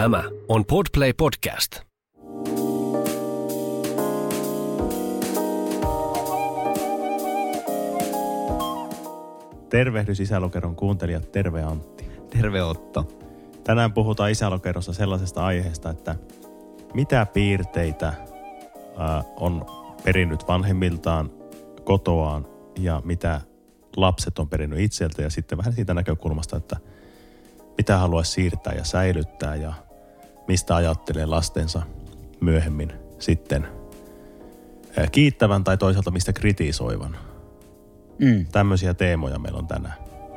Tämä on Podplay Podcast. Tervehdys Isälokeron kuuntelijat, terve Antti. Terve Otto. Tänään puhutaan Isälokerossa sellaisesta aiheesta, että mitä piirteitä on perinnyt vanhemmiltaan, kotoaan ja mitä lapset on perinnyt itseltä ja sitten vähän siitä näkökulmasta, että mitä haluaisi siirtää ja säilyttää ja mistä ajattelee lastensa myöhemmin sitten kiittävän tai toisaalta mistä kritisoivan. Tämmöisiä teemoja meillä on tänään.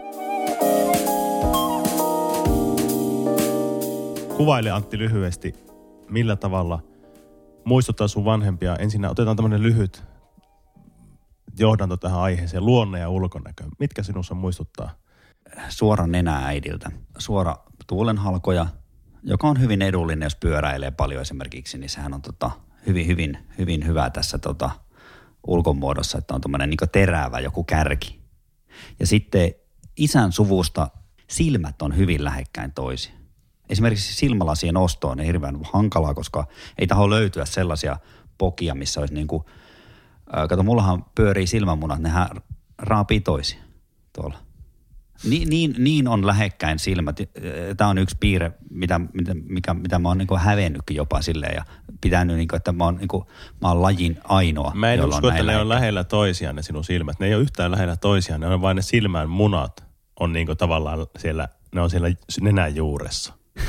Kuvaile Antti lyhyesti, millä tavalla muistuttaa sun vanhempia. Ensin otetaan tämmöinen lyhyt johdanto tähän aiheeseen, luonne ja ulkonäkö. Mitkä sinussa muistuttaa? Suora nenä äidiltä. Suora tuulenhalkoja, joka on hyvin edullinen, jos pyöräilee paljon esimerkiksi, niin sehän on hyvin hyvä tässä ulkomuodossa, että on tommoinen niin terävä joku kärki. Ja sitten isän suvusta silmät on hyvin lähekkäin toisiaan. Esimerkiksi silmälasien osto on hirveän hankalaa, koska ei taho löytyä sellaisia pokia, missä olisi niin kuin, kato mullahan pyörii silmämunat, nehän raapii toisia tuolla. Niin on lähekkäin silmät. Tämä on yksi piirre, mitä mä oon niin kuin hävennytkin jopa silleen ja pitänyt, niin kuin, että mä oon lajin ainoa. Mä en usko, että ne on lähellä toisiaan ne sinun silmät. Ne ei ole yhtään lähellä toisiaan, ne on vain ne silmän munat on niin kuin tavallaan siellä, ne on siellä nenän juuressa.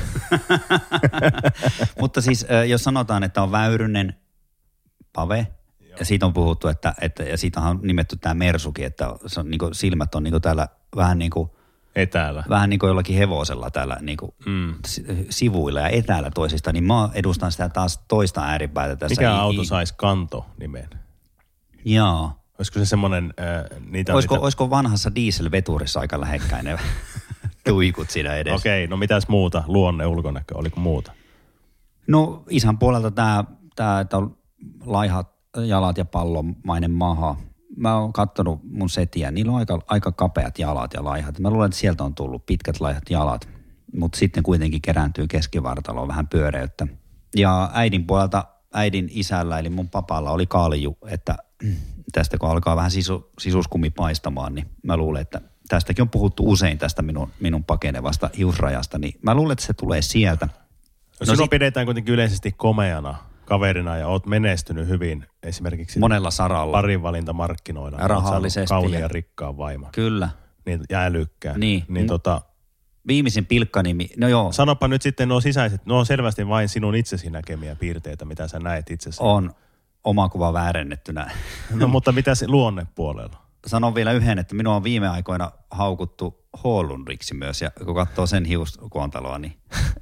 Mutta siis jos sanotaan, että on väyrynen pave, ja siitä on puhuttu, että ja siitä on nimetty tämä mersukin, että se on, niin kuin, silmät on niin kuin täällä vähän niin kuin etäällä. Vähän niin kuin jollakin hevosella täällä niin kuin sivuilla ja etäällä toisista, niin mä edustan sitä taas toista ääripäätä tässä. Mikä auto saisi kanto-nimen? Joo. Olisiko se semmoinen Olisiko vanhassa dieselveturissa aika lähekkäin ne tuikut siinä edessä? Okei, no mitäs muuta? Luonne, ulkonäkö, oliko muuta? No isän puolelta tämä että on laihat jalat ja pallomainen maha. Mä oon kattonut mun setiä, niillä on aika kapeat jalat ja laihat. Mä luulen, että sieltä on tullut pitkät laihat jalat, mutta sitten kuitenkin kerääntyy keskivartaloon vähän pyöreyttä. Ja äidin puolelta, äidin isällä eli mun papalla oli kaaliju, että tästä kun alkaa vähän sisuskumi paistamaan, niin mä luulen, että tästäkin on puhuttu usein tästä minun pakenevasta hiusrajasta, niin mä luulen, että se tulee sieltä. Sinua pidetään kuitenkin yleisesti komeana kaverina ja oot menestynyt hyvin esimerkiksi monella saralla. Parinvalintamarkkinoilla. Rahallisesti. Kauniin ja rikkaan vaimo. Kyllä. Niin, ja älykkää. Niin. Viimeisin pilkkanimi, no joo. Sanopa nyt sitten nuo sisäiset, nuo on selvästi vain sinun itsesi näkemiä piirteitä, mitä sä näet itsesi. On oma kuva väärennettynä. No mutta mitä se luonnepuolella? Sanon vielä yhden, että minua on viime aikoina haukuttu Hålundriksi myös ja kun katsoo sen hiuskuontaloa, niin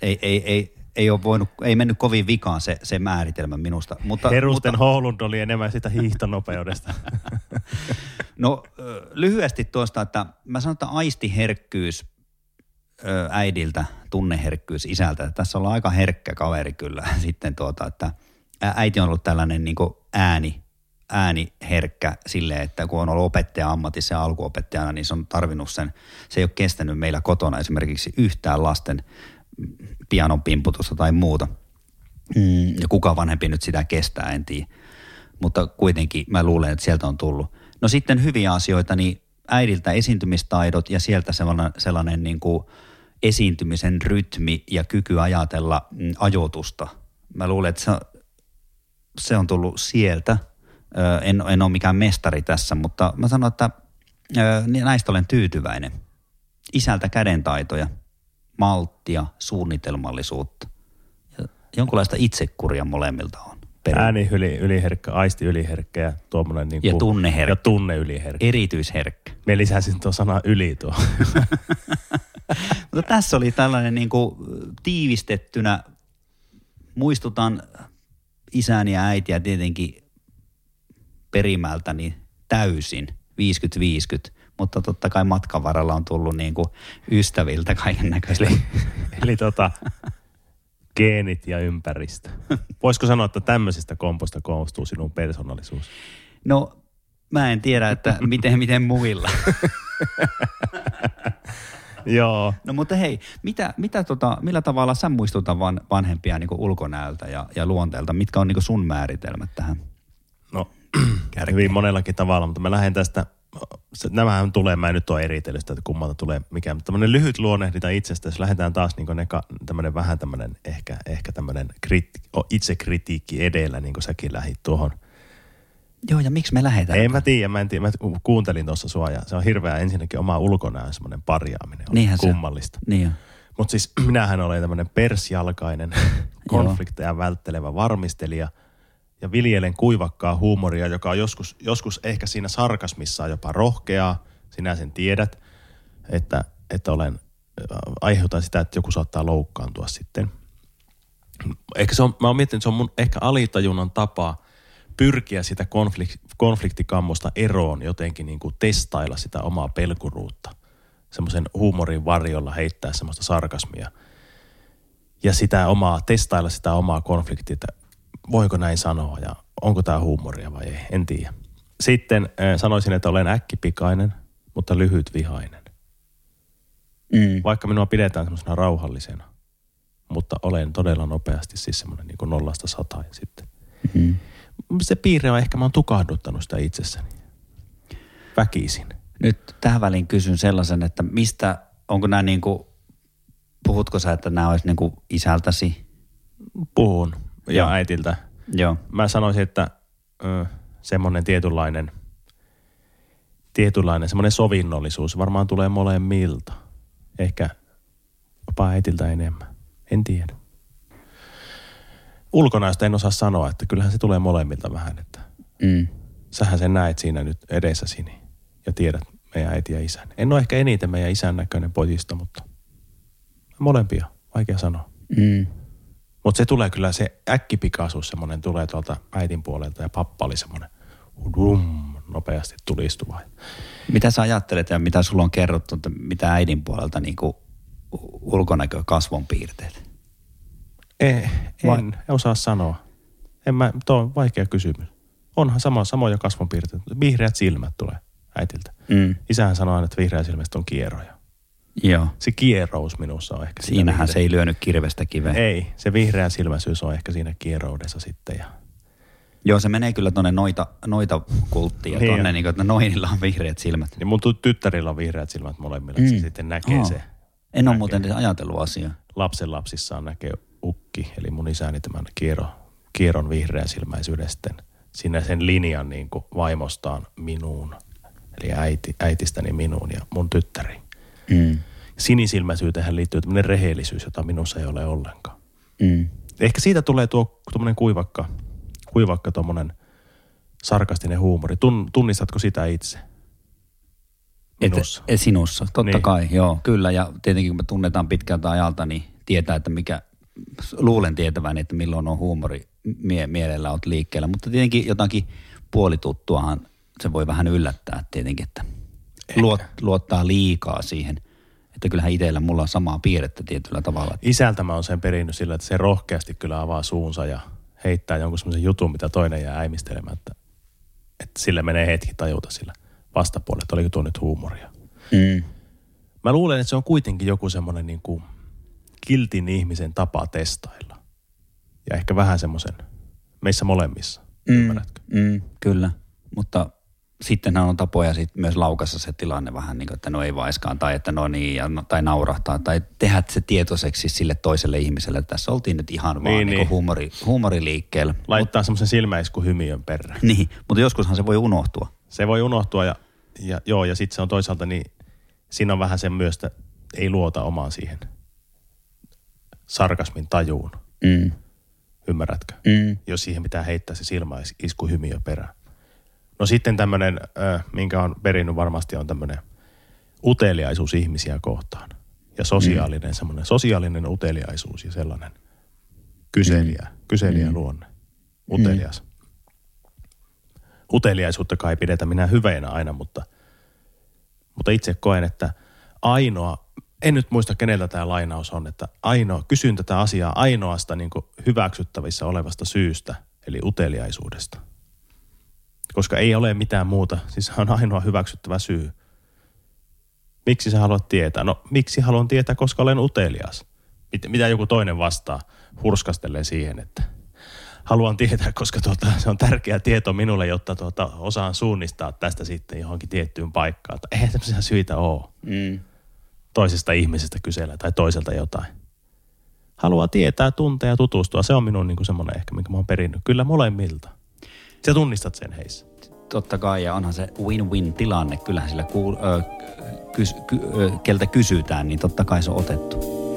ei mennyt kovin vikaan se määritelmä minusta. Herusten Hålund oli enemmän sitä hiihtonopeudesta. No lyhyesti tuosta, että mä sanon, että aistiherkkyys äidiltä, tunneherkkyys isältä. Tässä ollaan aika herkkä kaveri kyllä sitten että äiti on ollut tällainen niin kuin ääniherkkä silleen, että kun on ollut opettaja ammatissa ja alkuopettajana, niin se on tarvinnut sen. Se ei ole kestänyt meillä kotona esimerkiksi yhtään lasten pianon pimputusta tai muuta. Ja kuka vanhempi nyt sitä kestää, en tiedä. Mutta kuitenkin mä luulen, että sieltä on tullut. No sitten hyviä asioita, niin äidiltä esiintymistaidot ja sieltä sellainen niin kuin esiintymisen rytmi ja kyky ajatella ajoitusta. Mä luulen, että se on tullut sieltä. En ole mikään mestari tässä, mutta mä sanon, että näistä olen tyytyväinen. Isältä kädentaitoja, malttia, suunnitelmallisuutta ja jonkunlaista itsekuria molemmilta on. Ääni yliherkkä, aisti yliherkkä ja tuommoinen niin kuin ja tunneherkkä. Ja tunne yliherkkä. Erityisherkkä. Me lisäsin tuon sana yli tuo. Mutta tässä oli tällainen niin kuin tiivistettynä, muistutan isäni ja äitiä tietenkin perimältäni täysin 50-50, mutta totta kai matkan varrella on tullut niin kuin ystäviltä kaiken näköistä. Eli geenit ja ympäristö. Voisiko sanoa, että tämmöisestä komposta koostuu sinun persoonallisuus? No, mä en tiedä, että miten muilla. Joo. No mutta hei, millä tavalla sä muistutat vanhempia niin kuin ulkonäöltä ja luonteelta? Mitkä on niin kuin sun määritelmät tähän? No hyvin monellakin tavalla, mutta mä lähden tästä, nämähän tulee, mä en nyt ole eritellyt sitä, että kummalta tulee mikään, mutta tämmöinen lyhyt luonnehdinta itsestä, jos lähdetään taas niin tämmöinen vähän tämmöinen ehkä tämmöinen itsekritiikki edellä, niin kuin säkin lähdit tuohon. Joo, ja miksi me lähdetään? Mä en tiedä, mä kuuntelin tuossa sua ja se on hirveä ensinnäkin oma ulkonäön semmoinen parjaaminen, on niinhän kummallista. Niin mutta siis minähän olen tämmöinen persjalkainen, konflikteja välttelevä varmistelija ja viljelen kuivakkaa huumoria, joka on joskus ehkä siinä sarkasmissaan jopa rohkeaa. Sinä sen tiedät, että aiheutan sitä, että joku saattaa loukkaantua sitten. Mä oon miettinyt, että se on mun ehkä alitajunnan tapa pyrkiä sitä konfliktikammosta eroon, jotenkin niin kuin testailla sitä omaa pelkuruutta. Semmoisen huumorin varjolla heittää semmoista sarkasmia. Ja testailla sitä omaa konfliktia, että voiko näin sanoa ja onko tämä huumoria vai ei, en tiedä. Sitten sanoisin, että olen äkkipikainen, mutta lyhytvihainen. Vaikka minua pidetään semmoisena rauhallisena, mutta olen todella nopeasti siis semmoinen niin kuin 0–100 ja sitten. Se piirre on ehkä, mä oon tukahduttanut sitä itsessäni. Väkisin. Nyt tähän väliin kysyn sellaisen, että onko nämä niin kuin, puhutko sä, että nämä olisi niin kuin isältäsi? Puhun ja äitiltä. Joo. Mä sanoisin, että semmoinen tietynlainen semmoinen sovinnollisuus varmaan tulee molemmilta. Ehkä jopa äitiltä enemmän. En tiedä. Ulkonäöstä en osaa sanoa, että kyllähän se tulee molemmilta vähän, että sähän sen näet siinä nyt edessäsi ja tiedät meidän äiti ja isän. En ole ehkä eniten meidän isän näköinen pojista, mutta molempia, vaikea sanoa. Mutta se tulee kyllä, se äkkipikaisuus semmoinen tulee tuolta äitin puolelta ja pappa oli semmoinen nopeasti tulistuva. Mitä sä ajattelet ja mitä sulla on kerrottu, että mitä äidin puolelta niin kuin ulkonäkö, kasvonpiirteet? En osaa sanoa. Tuo on vaikea kysymys. Onhan samoja kasvonpiirteitä. Vihreät silmät tulee äitiltä. Isähän sanoo aina, että vihreät silmästä on kieroja. Joo. Se kierous minussa on ehkä. Siinähän se ei lyönyt kirvestä kiveen. Ei, se vihreä silmäisyys on ehkä siinä kieroudessa sitten. Joo, se menee kyllä tuonne noita kulttiin ja niin tuonne, niin kuin, että noinilla on vihreät silmät. Ja mun tyttärillä on vihreät silmät molemmilla, että se sitten näkee se. En ole muuten ajatellut asiaa. Lapsissaan näkee ukki, eli mun isäni tämän kieron vihreän silmäisyyden sitten siinä sen linjan niin kuin vaimostaan minuun, eli äitistäni minuun ja mun tyttäriin. Sinisilmäisyyteen liittyy tämmöinen rehellisyys, jota minussa ei ole ollenkaan. Ehkä siitä tulee tuo tuommoinen kuivakka tuommoinen sarkastinen huumori. Tunnistatko sitä itse? Minussa. Sinussa, totta kai, joo, kyllä. Ja tietenkin kun me tunnetaan pitkältä ajalta, niin tietää, että luulen tietävän, että milloin on huumori mielellä olet liikkeellä. Mutta tietenkin jotakin puolituttuahan se voi vähän yllättää tietenkin, että luottaa liikaa siihen. Että kyllähän itsellä mulla on samaa piirrettä tietyllä tavalla. Isältä mä oon sen perinnyt sillä, että se rohkeasti kyllä avaa suunsa ja heittää jonkun semmoisen jutun, mitä toinen jää äimistelemään, että sille menee hetki tajuta sillä vastapuolella, että oliko tuo nyt huumoria. Mä luulen, että se on kuitenkin joku semmoinen niin kuin kiltin ihmisen tapa testailla. Ja ehkä vähän semmoisen meissä molemmissa, ymmärrätkö? Kyllä, mutta sittenhän on tapoja sit myös laukassa se tilanne vähän niin kuin, että no ei vaiskaan tai että no niin, tai naurahtaa tai tehdä se tietoiseksi sille toiselle ihmiselle. Tässä oltiin nyt ihan vaan niin huumoriliikkeellä. Laittaa semmoisen silmäiskuhymiön perään. Niin, mutta joskushan se voi unohtua. Se voi unohtua ja sitten se on toisaalta niin, siinä on vähän sen myös, että ei luota omaan siihen sarkasmin tajuun. Ymmärrätkö? Jos siihen pitää heittää se silmäiskuhymiö perään. No sitten tämmöinen, minkä on perinnyt varmasti, on tämmöinen uteliaisuus ihmisiä kohtaan. Ja sosiaalinen uteliaisuus ja sellainen kyselijä luonne. Utelias. Uteliaisuutta kai ei pidetä minä hyvänä aina, mutta itse koen, että en nyt muista keneltä tämä lainaus on, että kysyn tätä asiaa ainoasta niin kuin hyväksyttävissä olevasta syystä, eli uteliaisuudesta. Koska ei ole mitään muuta, siis on ainoa hyväksyttävä syy. Miksi sä haluat tietää? No miksi haluan tietää, koska olen utelias. Mitä joku toinen vastaa hurskastelee siihen, että haluan tietää, koska se on tärkeä tieto minulle, jotta osaan suunnistaa tästä sitten johonkin tiettyyn paikkaan. Eihän tämmöisiä syitä ole. Toisesta ihmisestä kysellä tai toiselta jotain. Haluaa tietää, tuntea ja tutustua. Se on minun niin kuin semmoinen ehkä, minkä mä oon perinnyt. Kyllä molemmilta. Sä tunnistat sen heissä. Totta kai, ja onhan se win-win tilanne. Kyllähän sillä keltä kysytään, niin totta kai se on otettu.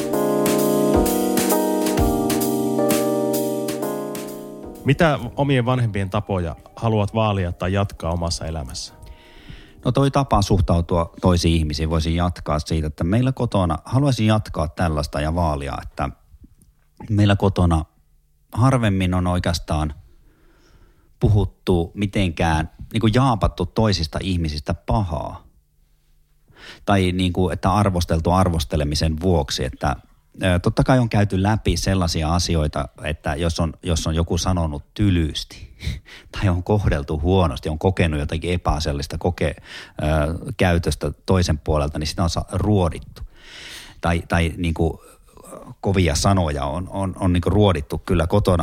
Mitä omien vanhempien tapoja haluat vaalia tai jatkaa omassa elämässä? No toi tapa suhtautua toisiin ihmisiin voisin jatkaa siitä, että meillä kotona, haluaisin jatkaa tällaista ja vaalia, että meillä kotona harvemmin on oikeastaan puhuttu mitenkään, niin kuin jaapattu toisista ihmisistä pahaa. Tai niin kuin, että arvosteltu arvostelemisen vuoksi, että totta kai on käyty läpi sellaisia asioita, että jos on joku sanonut tylysti tai on kohdeltu huonosti, on kokenut jotakin epäasiallista käytöstä toisen puolelta, niin sitä on ruodittu. Tai niin kuin kovia sanoja on niin kuin ruodittu kyllä kotona,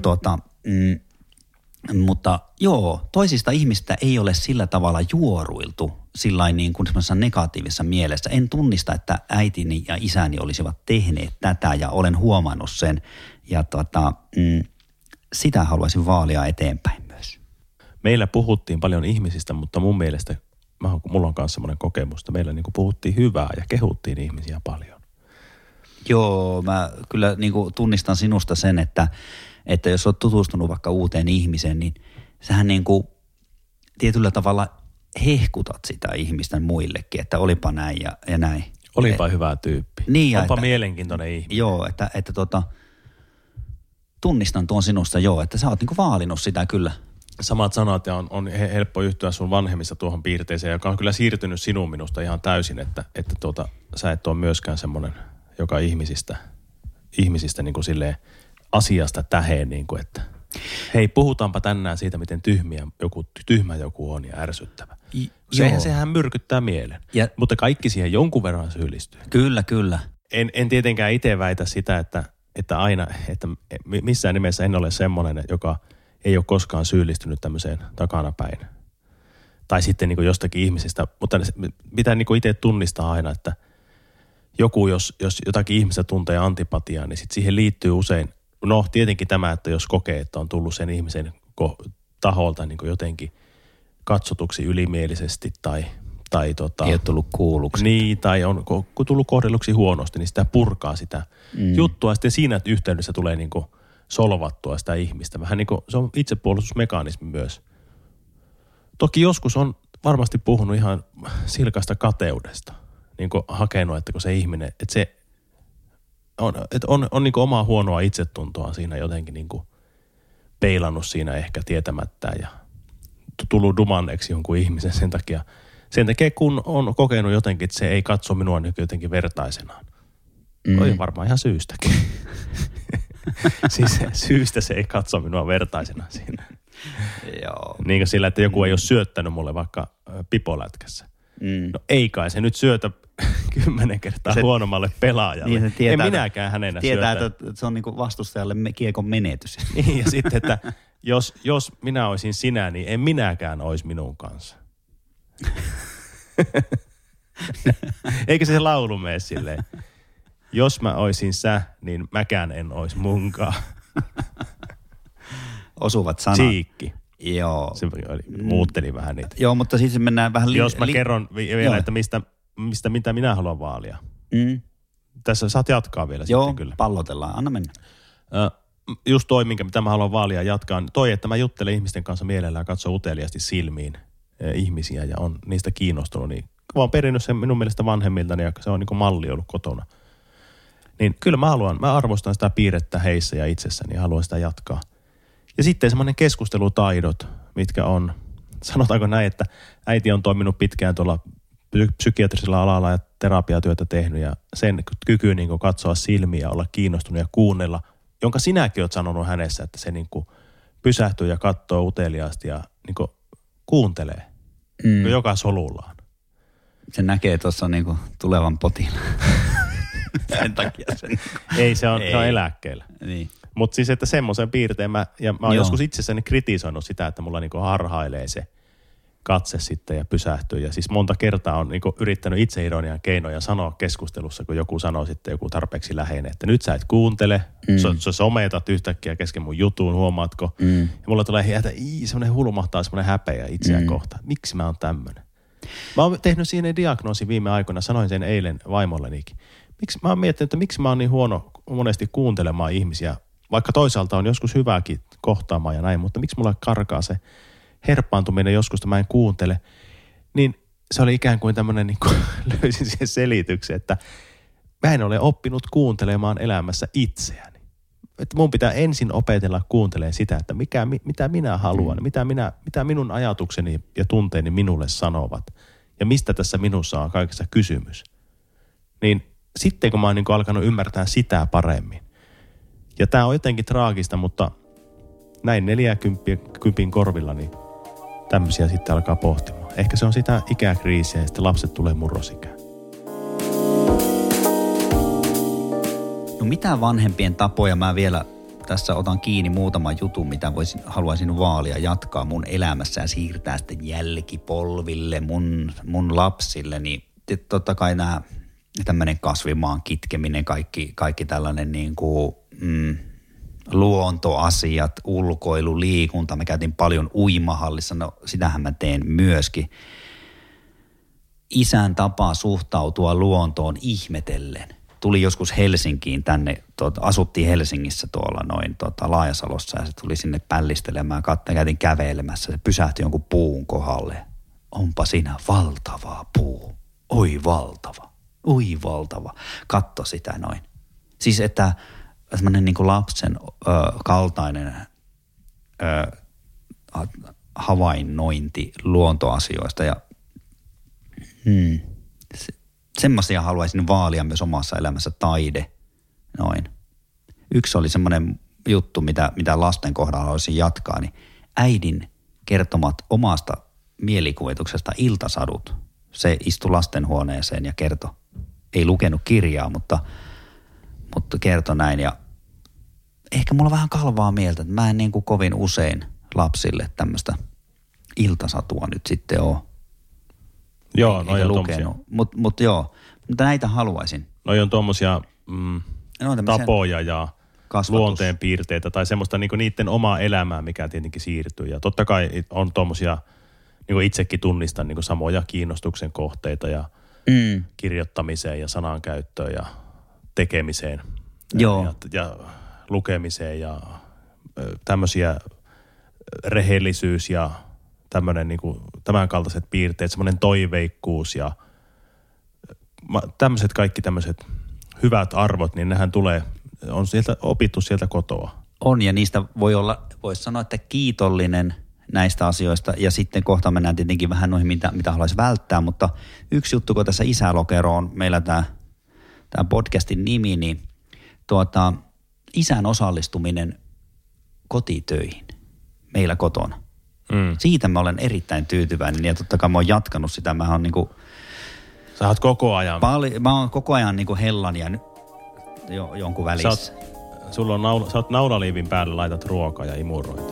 mutta joo, toisista ihmistä ei ole sillä tavalla juoruiltu sillain niin kuin semmoisessa negatiivisessa mielessä. En tunnista, että äitini ja isäni olisivat tehneet tätä ja olen huomannut sen ja sitä haluaisin vaalia eteenpäin myös. Meillä puhuttiin paljon ihmisistä, mutta mun mielestä, mulla on myös semmoinen kokemus, että meillä niin kuin puhuttiin hyvää ja kehuttiin ihmisiä paljon. Joo, mä kyllä niin kuin tunnistan sinusta sen, että jos olet tutustunut vaikka uuteen ihmiseen, niin sähän niin kuin tietyllä tavalla hehkutat sitä ihmistä muillekin, että olipa näin ja näin. Olipa hyvä tyyppi. Niin, onpa mielenkiintoinen ihminen. Joo, että tunnistan tuon sinusta että sä oot niin kuin vaalinut sitä kyllä. Samat sanat ja on helppo yhtyä sun vanhemmista tuohon piirteeseen, joka on kyllä siirtynyt sinun minusta ihan täysin, että sä et ole myöskään semmoinen, joka ihmisistä niin kuin silleen asiasta täheen, niin kuin, että hei, puhutaanpa tänään siitä, miten tyhmä joku on ja ärsyttävä. Sehän myrkyttää mielen, mutta kaikki siihen jonkun verran syyllistyy. Kyllä. En tietenkään itse väitä sitä, että missään nimessä en ole semmoinen, joka ei ole koskaan syyllistynyt tämmöiseen takanapäin. Tai sitten niin kuin jostakin ihmisistä, mutta pitää niin kuin itse tunnistaa aina, että joku, jos jotakin ihmistä tuntee antipatiaa, niin sitten siihen liittyy usein, no tietenkin tämä, että jos kokee, että on tullut sen ihmisen taholta niin kuin jotenkin katsotuksi ylimielisesti tai ei ole tullut kuulluksi. Niin, tai on tullut kohdelluksi huonosti, niin sitä purkaa sitä juttua. Sitten siinä yhteydessä tulee niin kuin solvattua sitä ihmistä. Vähän niin kuin se on itsepuolustusmekanismi myös. Toki joskus on varmasti puhunut ihan silkasta kateudesta. Niin kuin hakenut, että kun se ihminen, että se on niin kuin omaa huonoa itsetuntoa siinä jotenkin niin kuin peilannut siinä ehkä tietämättään ja tullut dumanneeksi jonkun ihmisen sen takia, kun on kokenut jotenkin, että se ei katso minua nyt jotenkin vertaisenaan. Oli varmaan ihan syystäkin. Siis syystä se ei katso minua vertaisenaan siinä. Joo. Niin kuin sillä, että joku ei ole syöttänyt mulle vaikka pipolätkässä. No ei kai se nyt syötä 10 kertaa huonommalle pelaajalle. Niin tietää, en minäkään hänenä tietää, että se on niin kuin vastustajalle kiekon menetys. Niin ja sitten, että jos minä olisin sinä, niin en minäkään olisi minun kanssa. Eikö se laulu mene silleen? Jos mä oisin sä, niin mäkään en ois munkaan. Osuvat sanat. Siikki. Joo. Se muutteli vähän niitä. Joo, mutta siis mennään vähän... Jos mä kerron vielä, että mitä minä haluan vaalia. Tässä saat jatkaa vielä sitten kyllä. Joo, pallotellaan. Anna mennä. Just toi, mitä mä haluan vaalia jatkaa. Toi, että mä juttelen ihmisten kanssa mielellään ja katson uteliaasti silmiin ihmisiä ja on niistä kiinnostunut. Niin mä oon perinnyt sen minun mielestä vanhemmiltani ja se on niin kuin malli ollut kotona. Niin kyllä mä arvostan sitä piirrettä heissä ja itsessäni ja haluan sitä jatkaa. Ja sitten semmoinen keskustelutaidot, mitkä on, sanotaanko näin, että äiti on toiminut pitkään tuolla psykiatrisella alalla ja terapiatyötä tehnyt ja sen kyky niin kuin katsoa silmiä ja olla kiinnostunut ja kuunnella, jonka sinäkin oot sanonut hänessä, että se niin kuin pysähtyy ja katsoo uteliaasti ja niin kuin kuuntelee joka solullaan. Se näkee tuossa niinku tulevan potin. Sen takia sen. Ei, se on eläkkeellä. Niin. Mutta siis, että semmoisen piirteen mä oon joskus itsessäni kritisoinut sitä, että mulla niinku harhailee se katse sitten ja pysähtyy. Ja siis monta kertaa on niinku yrittänyt itseironian keinoja sanoa keskustelussa, kun joku sanoo sitten joku tarpeeksi läheinen, että nyt sä et kuuntele, sä sometat yhtäkkiä kesken mun jutun, huomaatko? Ja mulla tulee semmoinen hulmahtaa semmoinen häpeä itseään kohtaan. Miksi mä oon tämmönen? Mä oon tehnyt siinä diagnoosin viime aikoina, sanoin sen eilen vaimollenikin. Mä oon miettinyt, että miksi mä oon niin huono monesti kuuntelemaan ihmisiä, vaikka toisaalta on joskus hyvääkin kohtaamaan ja näin, mutta miksi mulla karkaa se herpaantuminen joskus, että mä en kuuntele, niin se oli ikään kuin tämmöinen, niin kuin löysin siihen selityksen, että mä en ole oppinut kuuntelemaan elämässä itseäni. Että mun pitää ensin opetella kuuntelemaan sitä, että mitä minä haluan, mitä minun ajatukseni ja tunteeni minulle sanovat ja mistä tässä minussa on kaikessa kysymys. Niin sitten kun mä oon niin kuin alkanut ymmärtää sitä paremmin. Ja tää on jotenkin traagista, mutta näin 40 korvilla, niin tämmöisiä sitten alkaa pohtimaan. Ehkä se on sitä ikäkriisiä ja sitten lapset tulee murrosikään. No mitä vanhempien tapoja mä vielä tässä otan kiinni muutaman jutun, mitä haluaisin vaalia jatkaa mun elämässä ja siirtää sitten jälkipolville, mun lapsille, niin totta kai nämä tämmöinen kasvimaan kitkeminen, kaikki tällainen niin kuin, luontoasiat, ulkoilu, liikunta. Me käytiin paljon uimahallissa, no sitähän mä teen myöskin. Isän tapa suhtautua luontoon ihmetellen. Tuli joskus Helsinkiin tänne, asuttiin Helsingissä tuolla noin Laajasalossa ja se tuli sinne pällistelemään, käytiin kävelemässä. Se pysähtyi jonkun puun kohdalle. Onpa siinä valtava puu. Oi valtava. Katso sitä noin. Siis että semmoinen niin kuin lapsen kaltainen havainnointi luontoasioista ja semmoisia haluaisin vaalia myös omassa elämässä, taide, noin. Yksi oli semmoinen juttu, mitä lasten kohdalla haluaisin jatkaa, niin äidin kertomat omasta mielikuvituksesta iltasadut. Se istui lastenhuoneeseen ja kertoi, ei lukenut kirjaa, mutta kertoi näin ja ehkä mulla vähän kalvaa mieltä, että mä en niin kuin kovin usein lapsille tämmöistä iltasatua nyt sitten ole. Joo, noi on lukenut. Mutta näitä haluaisin. Noi on tommosia tapoja ja luonteen piirteitä tai semmoista niinku niiden omaa elämää, mikä tietenkin siirtyy. Ja totta kai on tommosia, niinku itsekin tunnistan niinku samoja kiinnostuksen kohteita ja kirjoittamiseen ja sanankäyttöön ja tekemiseen. Joo. Ja lukemiseen ja tämmöisiä rehellisyys ja tämmöinen niinku tämän kaltaiset piirteet, semmoinen toiveikkuus ja tämmöiset kaikki tämmöiset hyvät arvot, niin nehän on sieltä opittu sieltä kotoa. On ja niistä voisi sanoa, että kiitollinen näistä asioista ja sitten kohta mennään tietenkin vähän noihin, mitä haluaisi välttää, mutta yksi juttu, kun tässä Isälokero on meillä tämä podcastin nimi, niin isän osallistuminen kotitöihin meillä kotona. Siitä mä olen erittäin tyytyväinen ja totta kai mä oon jatkanut sitä. Mä oon niinku... Sä oot koko ajan... Mä oon koko ajan niinku hellan ja jonkun välissä. Sä oot naulaliivin päällä, laitat ruokaa ja imuroit.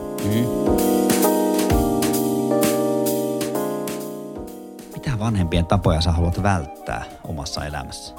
Mitä vanhempien tapoja sä haluat välttää omassa elämässä?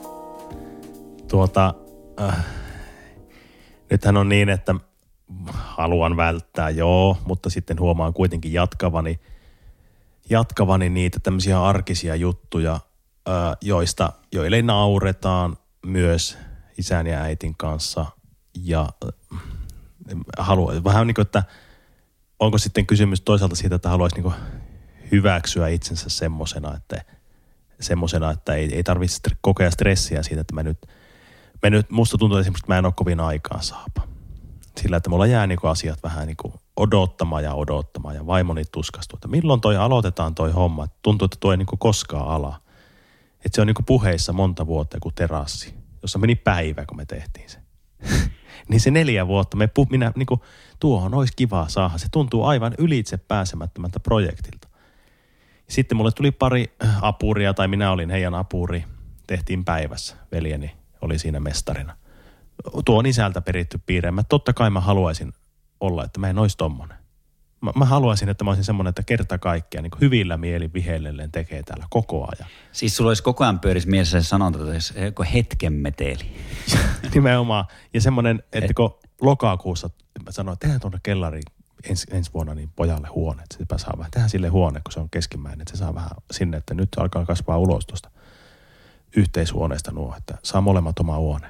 Nythän on niin, että haluan välttää, mutta sitten huomaan kuitenkin jatkavani niitä tämmöisiä arkisia juttuja, joille nauretaan myös isän ja äitin kanssa. Ja haluan vähän niin kuin, että onko sitten kysymys toisaalta siitä, että haluaisi niin kuin hyväksyä itsensä semmosena, että ei tarvitse kokea stressiä siitä, että mä nyt musta tuntuu esimerkiksi, että mä en ole kovin aikaansaapa. Sillä, että mulla jää niinku asiat vähän niinku odottamaan ja vaimoni tuskastuu, että milloin aloitetaan toi homma. Tuntuu, että toi ei niinku koskaan ala. Että se on niinku puheissa monta vuotta kuin terassi, jossa meni päivä, kun me tehtiin se. Niin se 4 vuotta, minä tuohon olisi kiva saada. Se tuntuu aivan ylitse pääsemättömältä projektilta. Sitten mulle tuli pari apuria, tai minä olin heidän apuri. Tehtiin päivässä. Veljeni oli siinä mestarina. Tuo on isältä peritty piirre. Totta kai mä haluaisin olla, että mä en olisi tommonen. Mä haluaisin, että mä olisin semmoinen, että kerta kaikkiaan niin hyvillä mielin vihelleen tekee täällä koko ajan. Siis sulla olisi koko ajan pyörisi mielessä se sanonta, että hetken meteli. Nimenomaan. Ja semmoinen, että kun lokakuussa mä sanoin, että tehdään tuonne kellariin ensi vuonna niin pojalle huone. Että sepä saa vähän, tehdään sille huone, kun se on keskimmäinen. Että se saa vähän sinne, että nyt alkaa kasvaa ulos tuosta yhteishuoneesta nuo, että saa molemmat oma huone.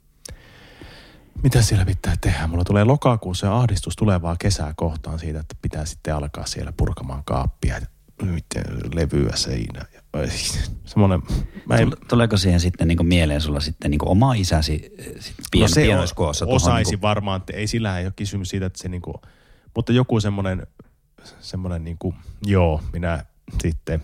Mitä siellä pitää tehdä? Mulla tulee lokakuussa ja ahdistus tulevaa kesää kohtaan siitä, että pitää sitten alkaa siellä purkamaan kaappia ja levyä seinää. Semmoinen, tuleeko siihen sitten niin mieleen sulla sitten niin oma isäsi pienoiskoossa? Osaisi niin varmaan, että ei sillä ei ole kysymys siitä, että se niin kuin, mutta joku semmoinen niin kuin, joo, minä sitten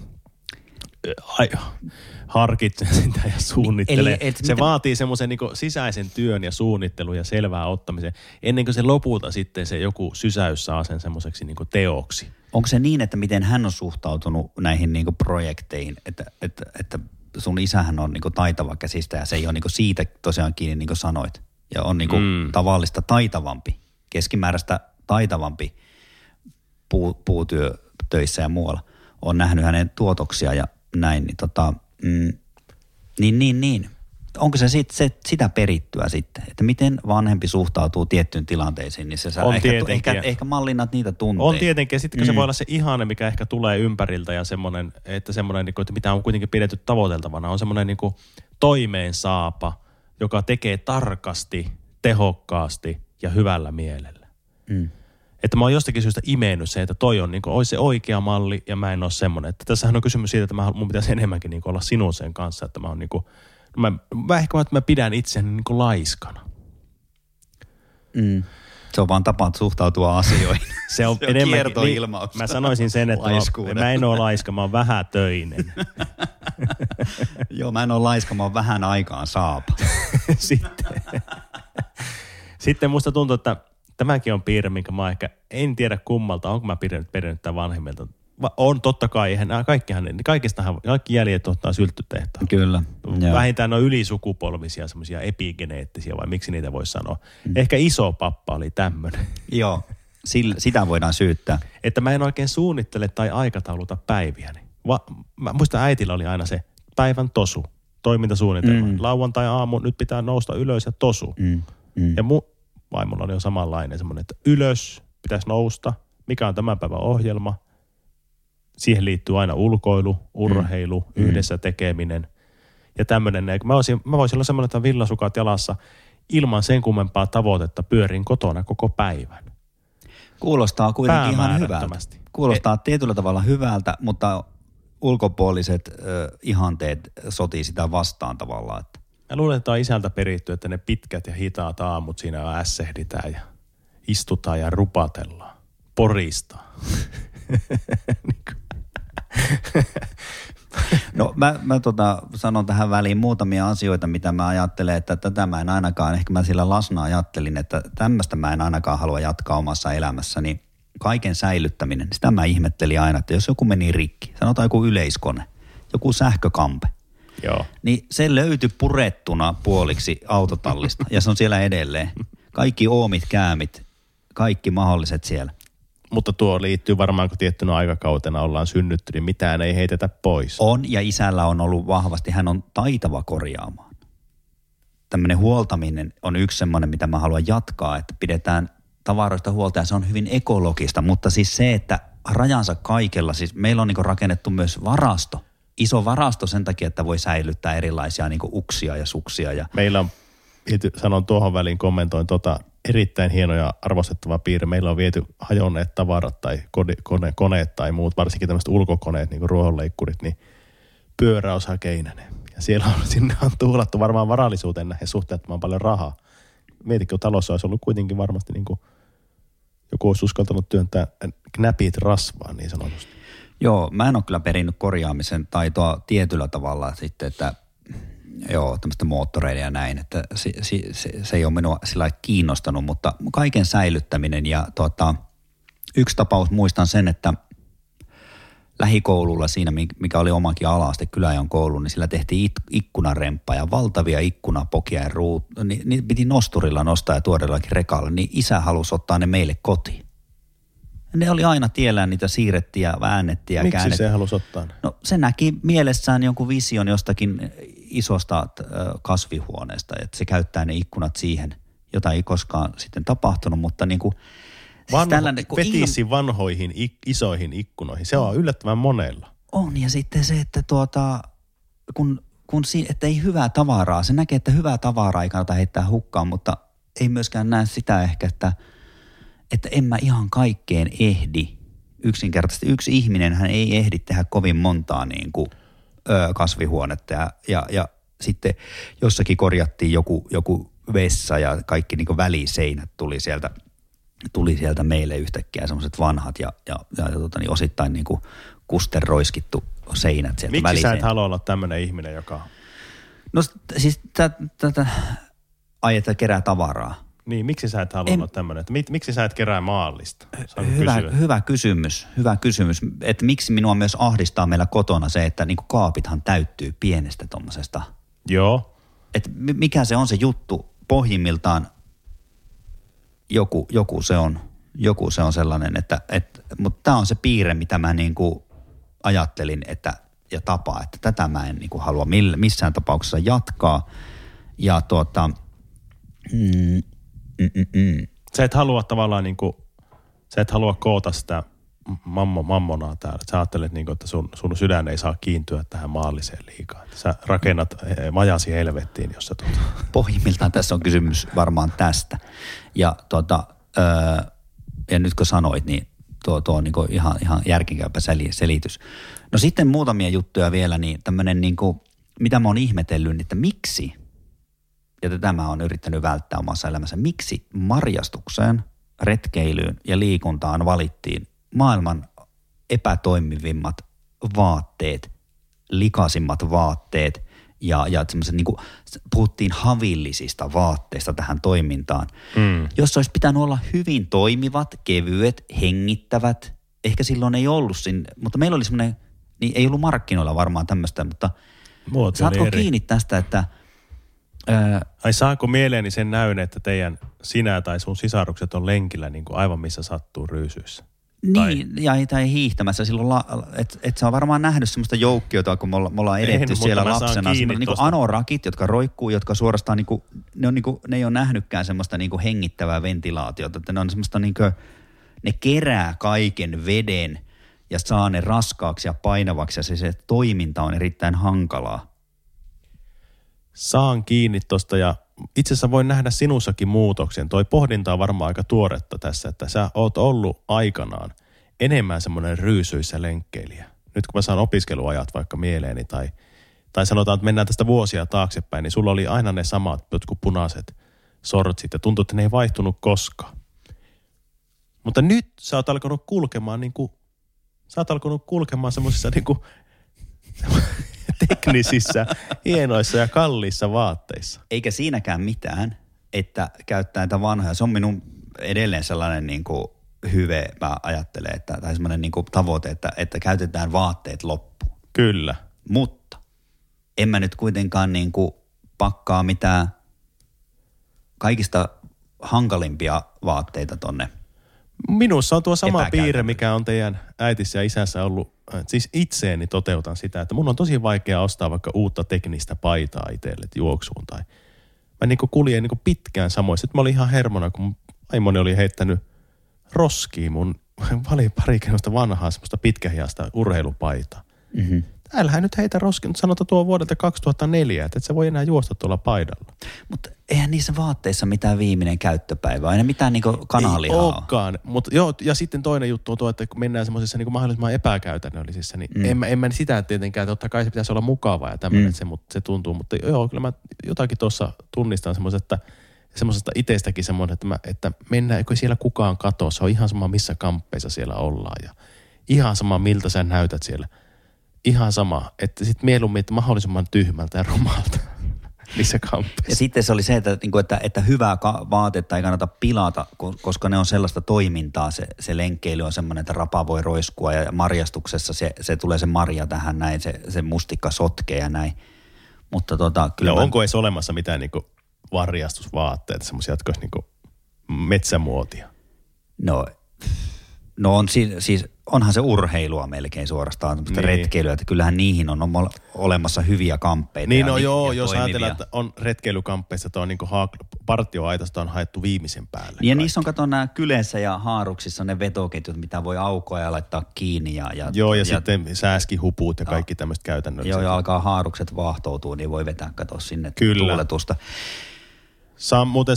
harkitsen sitä ja suunnittelen. Se vaatii semmoisen niin sisäisen työn ja suunnittelun ja selvää ottamisen, ennen kuin se lopulta sitten se joku sysäys saa sen semmoiseksi niin teoksi. Onko se niin, että miten hän on suhtautunut näihin niin projekteihin, että sun isähän on niin taitava käsistä ja se ei ole niin siitä tosiaan kiinni, niin kuin sanoit. Ja on niin tavallista taitavampi, keskimääräistä taitavampi puutyötöissä ja muualla. On nähnyt hänen tuotoksia ja näin, niin. Onko se sitä perittyä sitten, että miten vanhempi suhtautuu tiettyyn tilanteisiin, niin se saa ehkä mallinnat niitä tunteita. On tietenkin, ja sitten se voi olla se ihane, mikä ehkä tulee ympäriltä ja semmoinen, että mitä on kuitenkin pidetty tavoiteltavana, on semmoinen niin kuin toimeensaapa, joka tekee tarkasti, tehokkaasti ja hyvällä mielellä. Että mä oon jostakin syystä imennyt se, että toi on niinku, olisi se oikea malli ja mä en ole semmoinen. Että tässähän on kysymys siitä, että mun pitäisi enemmänkin niinku olla sinun sen kanssa, että mä oon niinku, ehkä mä pidän itseäni niinku laiskana. Se on vaan tapa suhtautua asioihin. Se on kiertoilmaus. Mä sanoisin sen, että mä en ole laiska, mä oon vähätöinen. Joo, mä en ole laiska, mä oon vähän aikaan saapa. Sitten musta tuntuu, että tämäkin on piirre, minkä mä ehkä en tiedä kummalta, onko mä perinnyt tämän vanhemmilta. On totta kai, kaikki jäljet ottaa sylttytehtaan. Kyllä. Vähintään on ylisukupolvisia, semmoisia epigeneettisiä, vai miksi niitä voisi sanoa. Ehkä iso pappa oli tämmöinen. Joo, sitä voidaan syyttää. Että mä en oikein suunnittele tai aikatauluta päiviäni. Mä muistan, äitillä oli aina se päivän tosu, toimintasuunnitelma. Lauantai-aamu, nyt pitää nousta ylös ja tosu. Ja vaimolla oli jo samanlainen semmoinen, että ylös pitäisi nousta, mikä on tämän päivän ohjelma. Siihen liittyy aina ulkoilu, urheilu, yhdessä tekeminen ja tämmöinen. Mä voisin olla semmoinen, että villasukat jalassa ilman sen kummempaa tavoitetta pyörin kotona koko päivän. Kuulostaa kuitenkin ihan hyvältä. Kuulostaa tietyllä tavalla hyvältä, mutta ulkopuoliset ihanteet sotii sitä vastaan tavallaan. Että. Mä luulen, että on isältä peritty, että ne pitkät ja hitaat aamut siinä ässehditään ja istutaan ja rupatellaan. Poristaa. No mä sanon tähän väliin muutamia asioita, mitä mä ajattelen, että tätä mä en ainakaan, ehkä mä sillä lasna ajattelin, että tämmöistä mä en ainakaan halua jatkaa omassa elämässäni. Kaiken säilyttäminen, sitä mä ihmettelin aina, että jos joku meni rikki, sanotaan joku yleiskone, joku sähkökampe, joo. Niin se löytyi purettuna puoliksi autotallista ja se on siellä edelleen. Kaikki oomit, käämit, kaikki mahdolliset siellä. Mutta tuo liittyy varmaan, kun tiettynä aikakautena ollaan synnytty, niin mitään ei heitetä pois. On, ja isällä on ollut vahvasti, hän on taitava korjaamaan. Tämmöinen huoltaminen on yksi semmoinen, mitä mä haluan jatkaa, että pidetään tavaroista huolta ja se on hyvin ekologista. Mutta siis se, että rajansa kaikella, siis meillä on niinku rakennettu myös varasto. Iso varasto sen takia, että voi säilyttää erilaisia niinku uksia ja suksia. Ja meillä on, sanon tuohon väliin, kommentoin erittäin hieno ja arvostettava piirre. Meillä on viety hajonneet tavarat tai koneet tai muut, varsinkin tämmöiset ulkokoneet, niin kuin ruohonleikkurit, niin pyöräoshakeinäinen. Ja sinne on tuhlattu varmaan varallisuuteen näihin suhteettoman paljon rahaa. Mietitkö, kun talossa olisi ollut kuitenkin varmasti niin kuin joku olisi uskaltanut työntää knäpit rasvaan niin sanotusti. Joo, mä en ole kyllä perinnyt korjaamisen taitoa tietyllä tavalla sitten, että joo, tämmöistä moottoreiden ja näin, että se ei ole minua sillä lailla kiinnostanut, mutta kaiken säilyttäminen ja yksi tapaus muistan sen, että lähikoululla siinä, mikä oli omakin ala-aste Kyläjoen koulu, niin sillä tehtiin ikkunaremppa ja valtavia ikkunapokia ja niin piti nosturilla nostaa ja tuodellakin rekalla, niin isä halusi ottaa ne meille kotiin. Ne oli aina tiellään, niitä siirrettiin ja väännettiin ja käännettiin. Miksi se halusi ottaa ne? No se näki mielessään jonkun vision jostakin isosta kasvihuoneesta, että se käyttää ne ikkunat siihen, jota ei koskaan sitten tapahtunut, mutta niin kuin Vetissi vanhoihin isoihin ikkunoihin. Se on yllättävän monella. On, ja sitten se, että että ei hyvää tavaraa. Se näkee, että hyvää tavaraa ei kannata heittää hukkaan, mutta ei myöskään näe sitä ehkä, että en mä ihan kaikkeen ehdi. Yksinkertaisesti yksi ihminen hän ei ehdi tehdä kovin montaa niin kuin, kasvihuonetta ja sitten jossakin korjattiin joku vessa ja kaikki niin kuin väliseinät tuli sieltä meille yhtäkkiä semmoiset vanhat ja osittain niin kuin kusten roiskittu seinät sieltä väliseinät. Miksi sä et halua olla tämmöinen ihminen, joka... No siis että kerää tavaraa. Niin, miksi sä et halua olla tämmöinen? Miksi sä et kerää maallista? Hyvä kysymys. Että miksi minua myös ahdistaa meillä kotona se, että niinku kaapithan täyttyy pienestä tommosesta. Joo. Että mikä se on se juttu pohjimmiltaan? Joku se on sellainen, mutta tämä on se piirre, mitä mä niinku ajattelin, että tätä mä en niinku halua missään tapauksessa jatkaa. Ja Sä et halua tavallaan niinku, sä et halua koota sitä mammonaa täällä. Sä ajattelet niinku, että sun sydän ei saa kiintyä tähän maalliseen liikaa. Sä rakennat majasi helvettiin, jos sä Pohjimmiltaan tässä on kysymys varmaan tästä. Ja ja nyt kun sanoit, niin tuo on niinku ihan järkikäypä selitys. No sitten muutamia juttuja vielä, niin tämmönen niinku, mitä mä oon ihmetellyt, että miksi, ja tätä mä oon yrittänyt välttää omassa elämässä, miksi marjastukseen, retkeilyyn ja liikuntaan valittiin maailman epätoimivimmat vaatteet, likaisimmat vaatteet ja semmoiset niinku, puhuttiin havillisista vaatteista tähän toimintaan. Jos olisi pitänyt olla hyvin toimivat, kevyet, hengittävät, ehkä silloin ei ollut siinä, mutta meillä oli semmoinen, niin ei ollut markkinoilla varmaan tämmöistä, mutta saatko kiinni tästä, että ai saako mieleeni sen näyn, että sinä tai sun sisarukset on lenkillä niin kuin aivan missä sattuu ryysyissä? Niin, tai hiihtämässä silloin, että sä on varmaan nähnyt semmoista joukkiota, kun me ollaan edetty siellä lapsena. Niin kuin anorakit, jotka roikkuu, jotka suorastaan, ne ei ole nähnytkään semmoista niin kuin hengittävää ventilaatiota. Että ne on semmoista, niin kuin, ne kerää kaiken veden ja saa ne raskaaksi ja painavaksi ja se toiminta on erittäin hankalaa. Saan kiinni tosta ja itse asiassa voin nähdä sinussakin muutoksen. Toi pohdinta on varmaan aika tuoretta tässä, että sä oot ollut aikanaan enemmän semmoinen ryysyissä lenkkeilijä. Nyt kun mä saan opiskeluajat vaikka mieleeni tai sanotaan, että mennään tästä vuosia taaksepäin, niin sulla oli aina ne samat jotkut punaiset sortsit ja tuntuu, että ne ei vaihtunut koskaan. Mutta nyt sä oot alkanut kulkemaan semmoisissa niinku teknisissä, hienoissa ja kalliissa vaatteissa. Eikä siinäkään mitään, että käyttää näitä vanhoja. Se on minun edelleen sellainen niin kuin hyve, mä ajattelen, tai semmoinen niin kuin tavoite, että käytetään vaatteet loppuun. Kyllä. Mutta en mä nyt kuitenkaan niin kuin pakkaa mitään kaikista hankalimpia vaatteita tonne. Minussa on tuo sama piirre, mikä on teidän äitissä ja isässä ollut. Siis itseeni toteutan sitä, että mun on tosi vaikea ostaa vaikka uutta teknistä paitaa itselle juoksuun. Tai mä niin kuin kuljen niin kuin pitkään samoin. Sitten mä olin ihan hermona, kun vaimoni oli heittänyt roskiin mun parikennosta vanhaa semmoista pitkähiasta urheilupaitaa. Mm-hmm. Ällähän nyt heitä roskiin, mutta sanotaan tuo vuodelta 2004, että et sä voi enää juosta tuolla paidalla. Mutta eihän niissä vaatteissa mitään viimeinen käyttöpäivä, ei mitään niinku kanalihaa. Ei olekaan, mutta joo, ja sitten toinen juttu on tuo, että kun mennään semmoisissa niin mahdollisimman epäkäytännöllisissä, niin en mä sitä tietenkään, että totta kai se pitäisi olla mukavaa ja tämmöinen, että se tuntuu, mutta joo, kyllä mä jotakin tuossa tunnistan semmoisesta itsestäkin semmoinen, että mennään, kun siellä kukaan katoo, se on ihan sama missä kamppeissa siellä ollaan ja ihan sama miltä sä näytät siellä. Ihan sama, että sitten mieluummin että mahdollisimman tyhmältä ja rumalta. niissä kamppeissa. Ja sitten se oli se, että hyvää vaatetta ei kannata pilata, koska ne on sellaista toimintaa. Se lenkkeily on semmoinen, että rapa voi roiskua ja marjastuksessa se tulee se marja tähän näin, se mustikka sotkee ja näin. Mutta kyllä onko edes olemassa mitään niinku varjastusvaatteita, semmoisia, jotka olisi niinku metsämuotia? No on siis onhan se urheilua melkein suorastaan, niin. Retkeilyä, että kyllähän niihin on olemassa hyviä kamppeita. Niin jos ajatellaan, että on retkeilykamppeissa, että on niin kuin partioaitasta on haettu viimeisen päälle. Ja niissä on, kato nämä kyleissä ja haaruksissa ne vetoketjut, mitä voi aukoa ja laittaa kiinni. Ja sitten sääskihupuut ja kaikki tämmöiset käytännölliset. Joo, ja alkaa haarukset vaahtoutua, niin voi vetää kato sinne tuuletusta. Muuten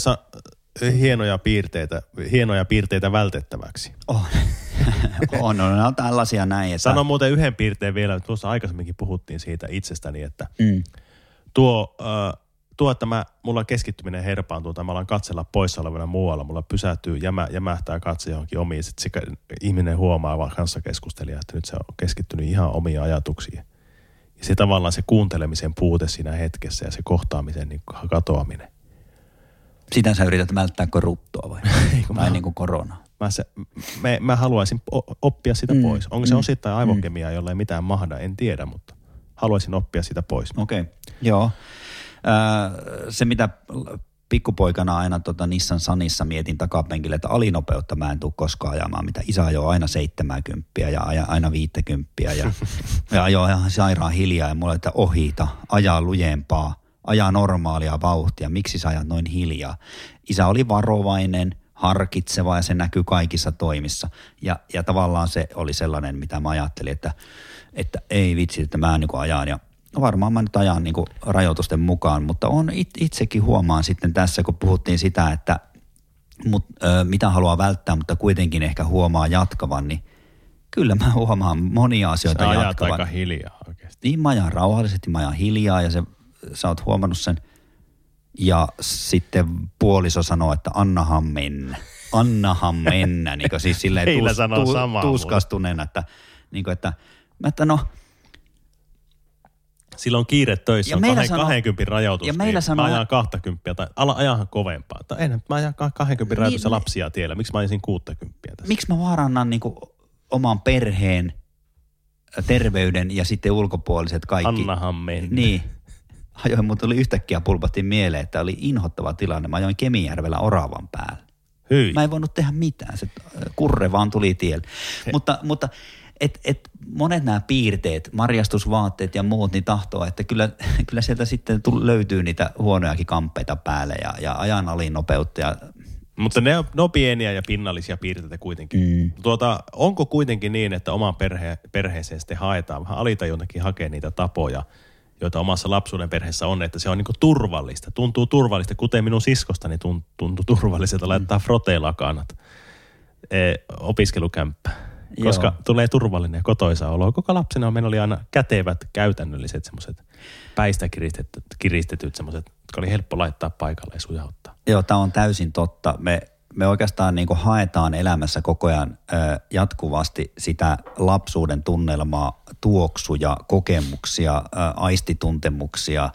hienoja piirteitä vältettäväksi. On tällaisia näin. Että... Sano muuten yhden piirteen vielä, tuossa aikaisemminkin puhuttiin siitä itsestäni, että tuo, että mulla keskittyminen herpaantuu tai mä alan katsella poissa olevana muualla, mulla pysähtyy, jämähtää katse johonkin omiin, sitten ihminen huomaa vaan kanssakeskustelija, että nyt se on keskittynyt ihan omiin ajatuksiin. Ja se tavallaan se kuuntelemisen puute siinä hetkessä ja se kohtaamisen niin katoaminen. Sitä sä yrität välttää koruttua vai? Tai niin kuin koronaa? Mä haluaisin oppia sitä pois. Onko se osittain aivokemiaa, jolla ei mitään mahda, en tiedä, mutta haluaisin oppia sitä pois. Okei, joo. Se mitä pikkupoikana aina Nissan Sunissa mietin takapenkille, että alinopeutta mä en tule koskaan ajamaan, mitä isä ajoi aina 70 ja aina 50 ja ajoi ihan sairaan hiljaa ja mulla että ohita, ajaa lujempaa, ajaa normaalia vauhtia, miksi sä ajat noin hiljaa. Isä oli varovainen, harkitseva ja se näkyy kaikissa toimissa. Ja tavallaan se oli sellainen, mitä mä ajattelin, että ei vitsi, että mä niin ajan. Ja varmaan mä nyt ajan niin rajoitusten mukaan, mutta itsekin huomaan sitten tässä, kun puhuttiin sitä, että mitä haluaa välttää, mutta kuitenkin ehkä huomaa jatkavan, niin kyllä mä huomaan monia asioita jatkavan. Sä ajat aika hiljaa oikeasti. Niin, mä ajan rauhallisesti, mä ajan hiljaa ja sä oot huomannut sen. Ja sitten puoliso sanoo, että annahan mennä, niin kuin siis silleen tuskastuneena, että no. Sillä on kiire töissä, on 20 rajoitus, ja niin mä ajan 20 tai ajahan kovempaa. Tai en, mä ajan 20 rajoitus ja lapsia tiellä, miksi mä ajasin 60 tässä? Miksi mä vaarannan niin kuin oman perheen terveyden ja sitten ulkopuoliset kaikki? Annahan mennä. Niin. Ajoin, mutta tuli yhtäkkiä pulpattiin mieleen, että oli inhottava tilanne. Mä ajoin Kemijärvellä oravan päällä. Hyi. Mä en voinut tehdä mitään. Se kurre vaan tuli tielle. Mutta monet nämä piirteet, marjastusvaatteet ja muut, niin tahtoo, että kyllä sieltä sitten löytyy niitä huonojakin kamppeita päälle ja ajan alinopeutta. Ja... Mutta ne on pieniä ja pinnallisia piirteitä kuitenkin. Onko kuitenkin niin, että oman perheeseen sitten haetaan vähän alitajuntakin hakee niitä tapoja, joita omassa lapsuuden perheessä on, että se on niinku turvallista. Tuntuu turvallista, kuten minun siskostani tuntuu turvalliselta laittaa frotee-lakanat opiskelukämppä. Koska tulee turvallinen ja kotoisa olo. Koko lapsena meillä oli aina kätevät, käytännölliset semmoiset päistä kiristetyt semmoiset, jotka oli helppo laittaa paikalle ja sujauttaa. Joo, tämä on täysin totta. Me oikeastaan niin kuin haetaan elämässä koko ajan jatkuvasti sitä lapsuuden tunnelmaa, tuoksuja, kokemuksia, aistituntemuksia.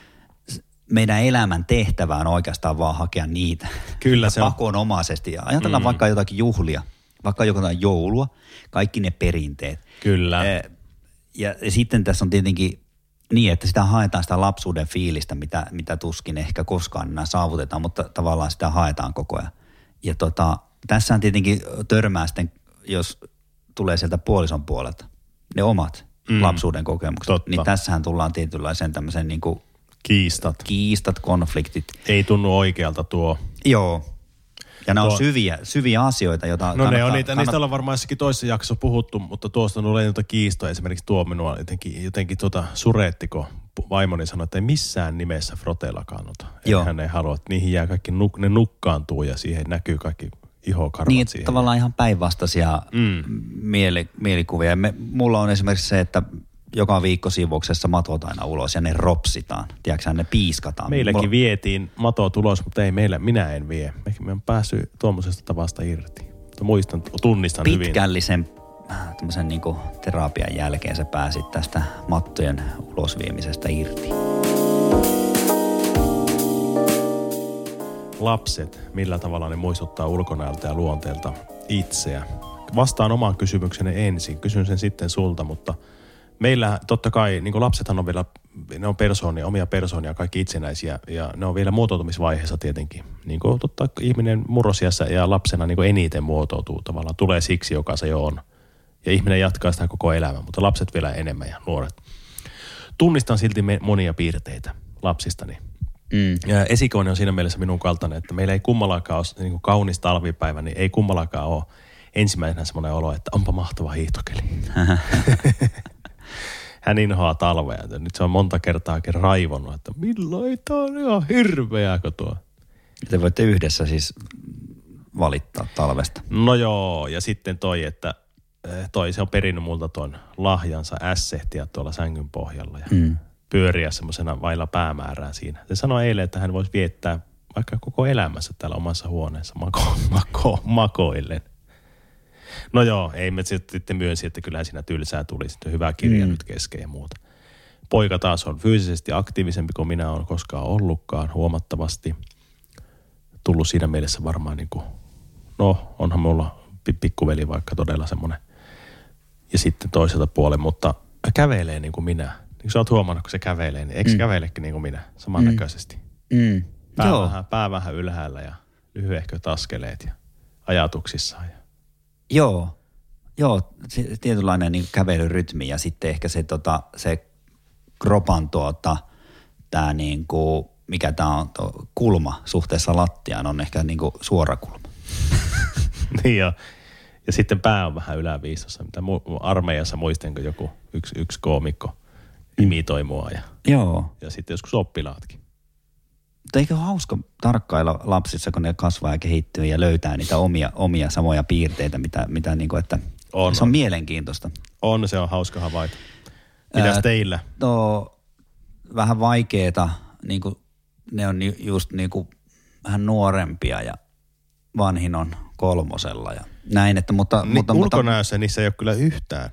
Meidän elämän tehtävä on oikeastaan vaan hakea niitä. Kyllä se on. Pakonomaisesti. Ajatellaan vaikka jotakin juhlia, vaikka jotain joulua, kaikki ne perinteet. Kyllä. Ja sitten tässä on tietenkin niin, että sitä haetaan sitä lapsuuden fiilistä, mitä tuskin ehkä koskaan enää saavutetaan, mutta tavallaan sitä haetaan koko ajan. Ja tässä on tietenkin törmää sitten, jos tulee sieltä puolison puolelta, ne omat lapsuuden kokemukset. Totta. Niin tässähän tullaan tietynlaisen tämmöisen niin kuin kiistat, konfliktit. Ei tunnu oikealta tuo. Joo. Ja ne on syviä asioita, joita no ne on niistä ollaan varmaan jossakin toisessa jaksossa puhuttu, mutta tuosta on ollut noita kiistoja. Esimerkiksi tuo minua jotenkin sureetti, kun vaimoni sanoi, että ei missään nimessä froteillakaan ota. Hän ei halua, että niihin jää kaikki, ne nukkaantuu ja siihen näkyy kaikki ihokarvat niin, siihen. Tavallaan ihan päinvastaisia mielikuvia. Mulla on esimerkiksi se, että joka viikko siivouksessa matot aina ulos ja ne ropsitaan. Tiedätkö, ne piiskataan. Meilläkin vietiin matot ulos, mutta ei minä en vie. Me on päässyt tuommoisesta tavasta irti. Tunnistan hyvin. Pitkällisen tämmöisen niin kuin terapian jälkeen sä pääsit tästä mattojen ulosviemisestä irti. lapset, millä tavalla ne muistuttaa ulkonäöltä ja luonteelta itseä? Vastaan omaan kysymykseni ensin. Kysyn sen sitten sulta, mutta meillä totta kai, niin kuin lapsethan on vielä, ne on persoonia, omia persoonia, kaikki itsenäisiä ja ne on vielä muotoutumisvaiheessa tietenkin. Niin kuin totta ihminen murrosiässä ja lapsena niin kuin eniten muotoutuu tavallaan, tulee siksi, joka se jo on. Ja ihminen jatkaa sitä koko elämää, mutta lapset vielä enemmän ja nuoret. Tunnistan silti monia piirteitä lapsistani. Ja esikoinen on siinä mielessä minun kaltainen, että meillä ei kummallakaan ole niin kuin kaunis talvipäivä, niin ei kummallakaan ole ensimmäisenä semmoinen olo, että onpa mahtava hiihtokeli. Hän inhoaa talvea. Nyt se on monta kertaa raivonnut, että milloin tämä on ihan hirveää kotoa. Te voitte yhdessä siis valittaa talvesta. No joo, ja sitten että se on perinnyt multa tuon lahjansa ässehtiä tuolla sängyn pohjalla ja pyöriä semmoisena vailla päämäärää siinä. Se sanoi eilen, että hän voisi viettää vaikka koko elämänsä täällä omassa huoneessa makoillen. No joo, ei me sitten myönsi, että kyllähän siinä tylsää tuli. Sitten hyvä kirja nyt kesken ja muuta. Poika taas on fyysisesti aktiivisempi kuin minä olen koskaan ollutkaan huomattavasti. Tullut siinä mielessä varmaan niin kuin, no onhan mulla pikkuveli vaikka todella semmoinen. Ja sitten toiselta puolen, mutta kävelee niin kuin minä. Niin sä oot huomannut, kun se kävelee, niin eikö se kävelekin niin kuin minä samannäköisesti? Pää vähän ylhäällä ja lyhyehköt askeleet ja ajatuksissaan. Joo, tietynlainen niin kävelyrytmi ja sitten ehkä se kropan tää niinku, mikä tää on, kulma suhteessa lattiaan on ehkä niinku suora kulma. Niin joo. Ja sitten pää on vähän yläviistossa, mitä armeijassa muistan, kun joku yksi koomikko imitoi mua ja sitten joskus oppilaatkin. Mutta eikö ole hauska tarkkailla lapsissa, kun ne kasvaa ja kehittyy ja löytää niitä omia samoja piirteitä, mitä niinku, että se on mielenkiintoista. Se on hauska havaita. Mitäs teillä? Vähän vaikeeta, niinku, ne on just niinku vähän nuorempia ja vanhin on 3 ja näin, että mutta ulkonäössä niissä ei ole kyllä yhtään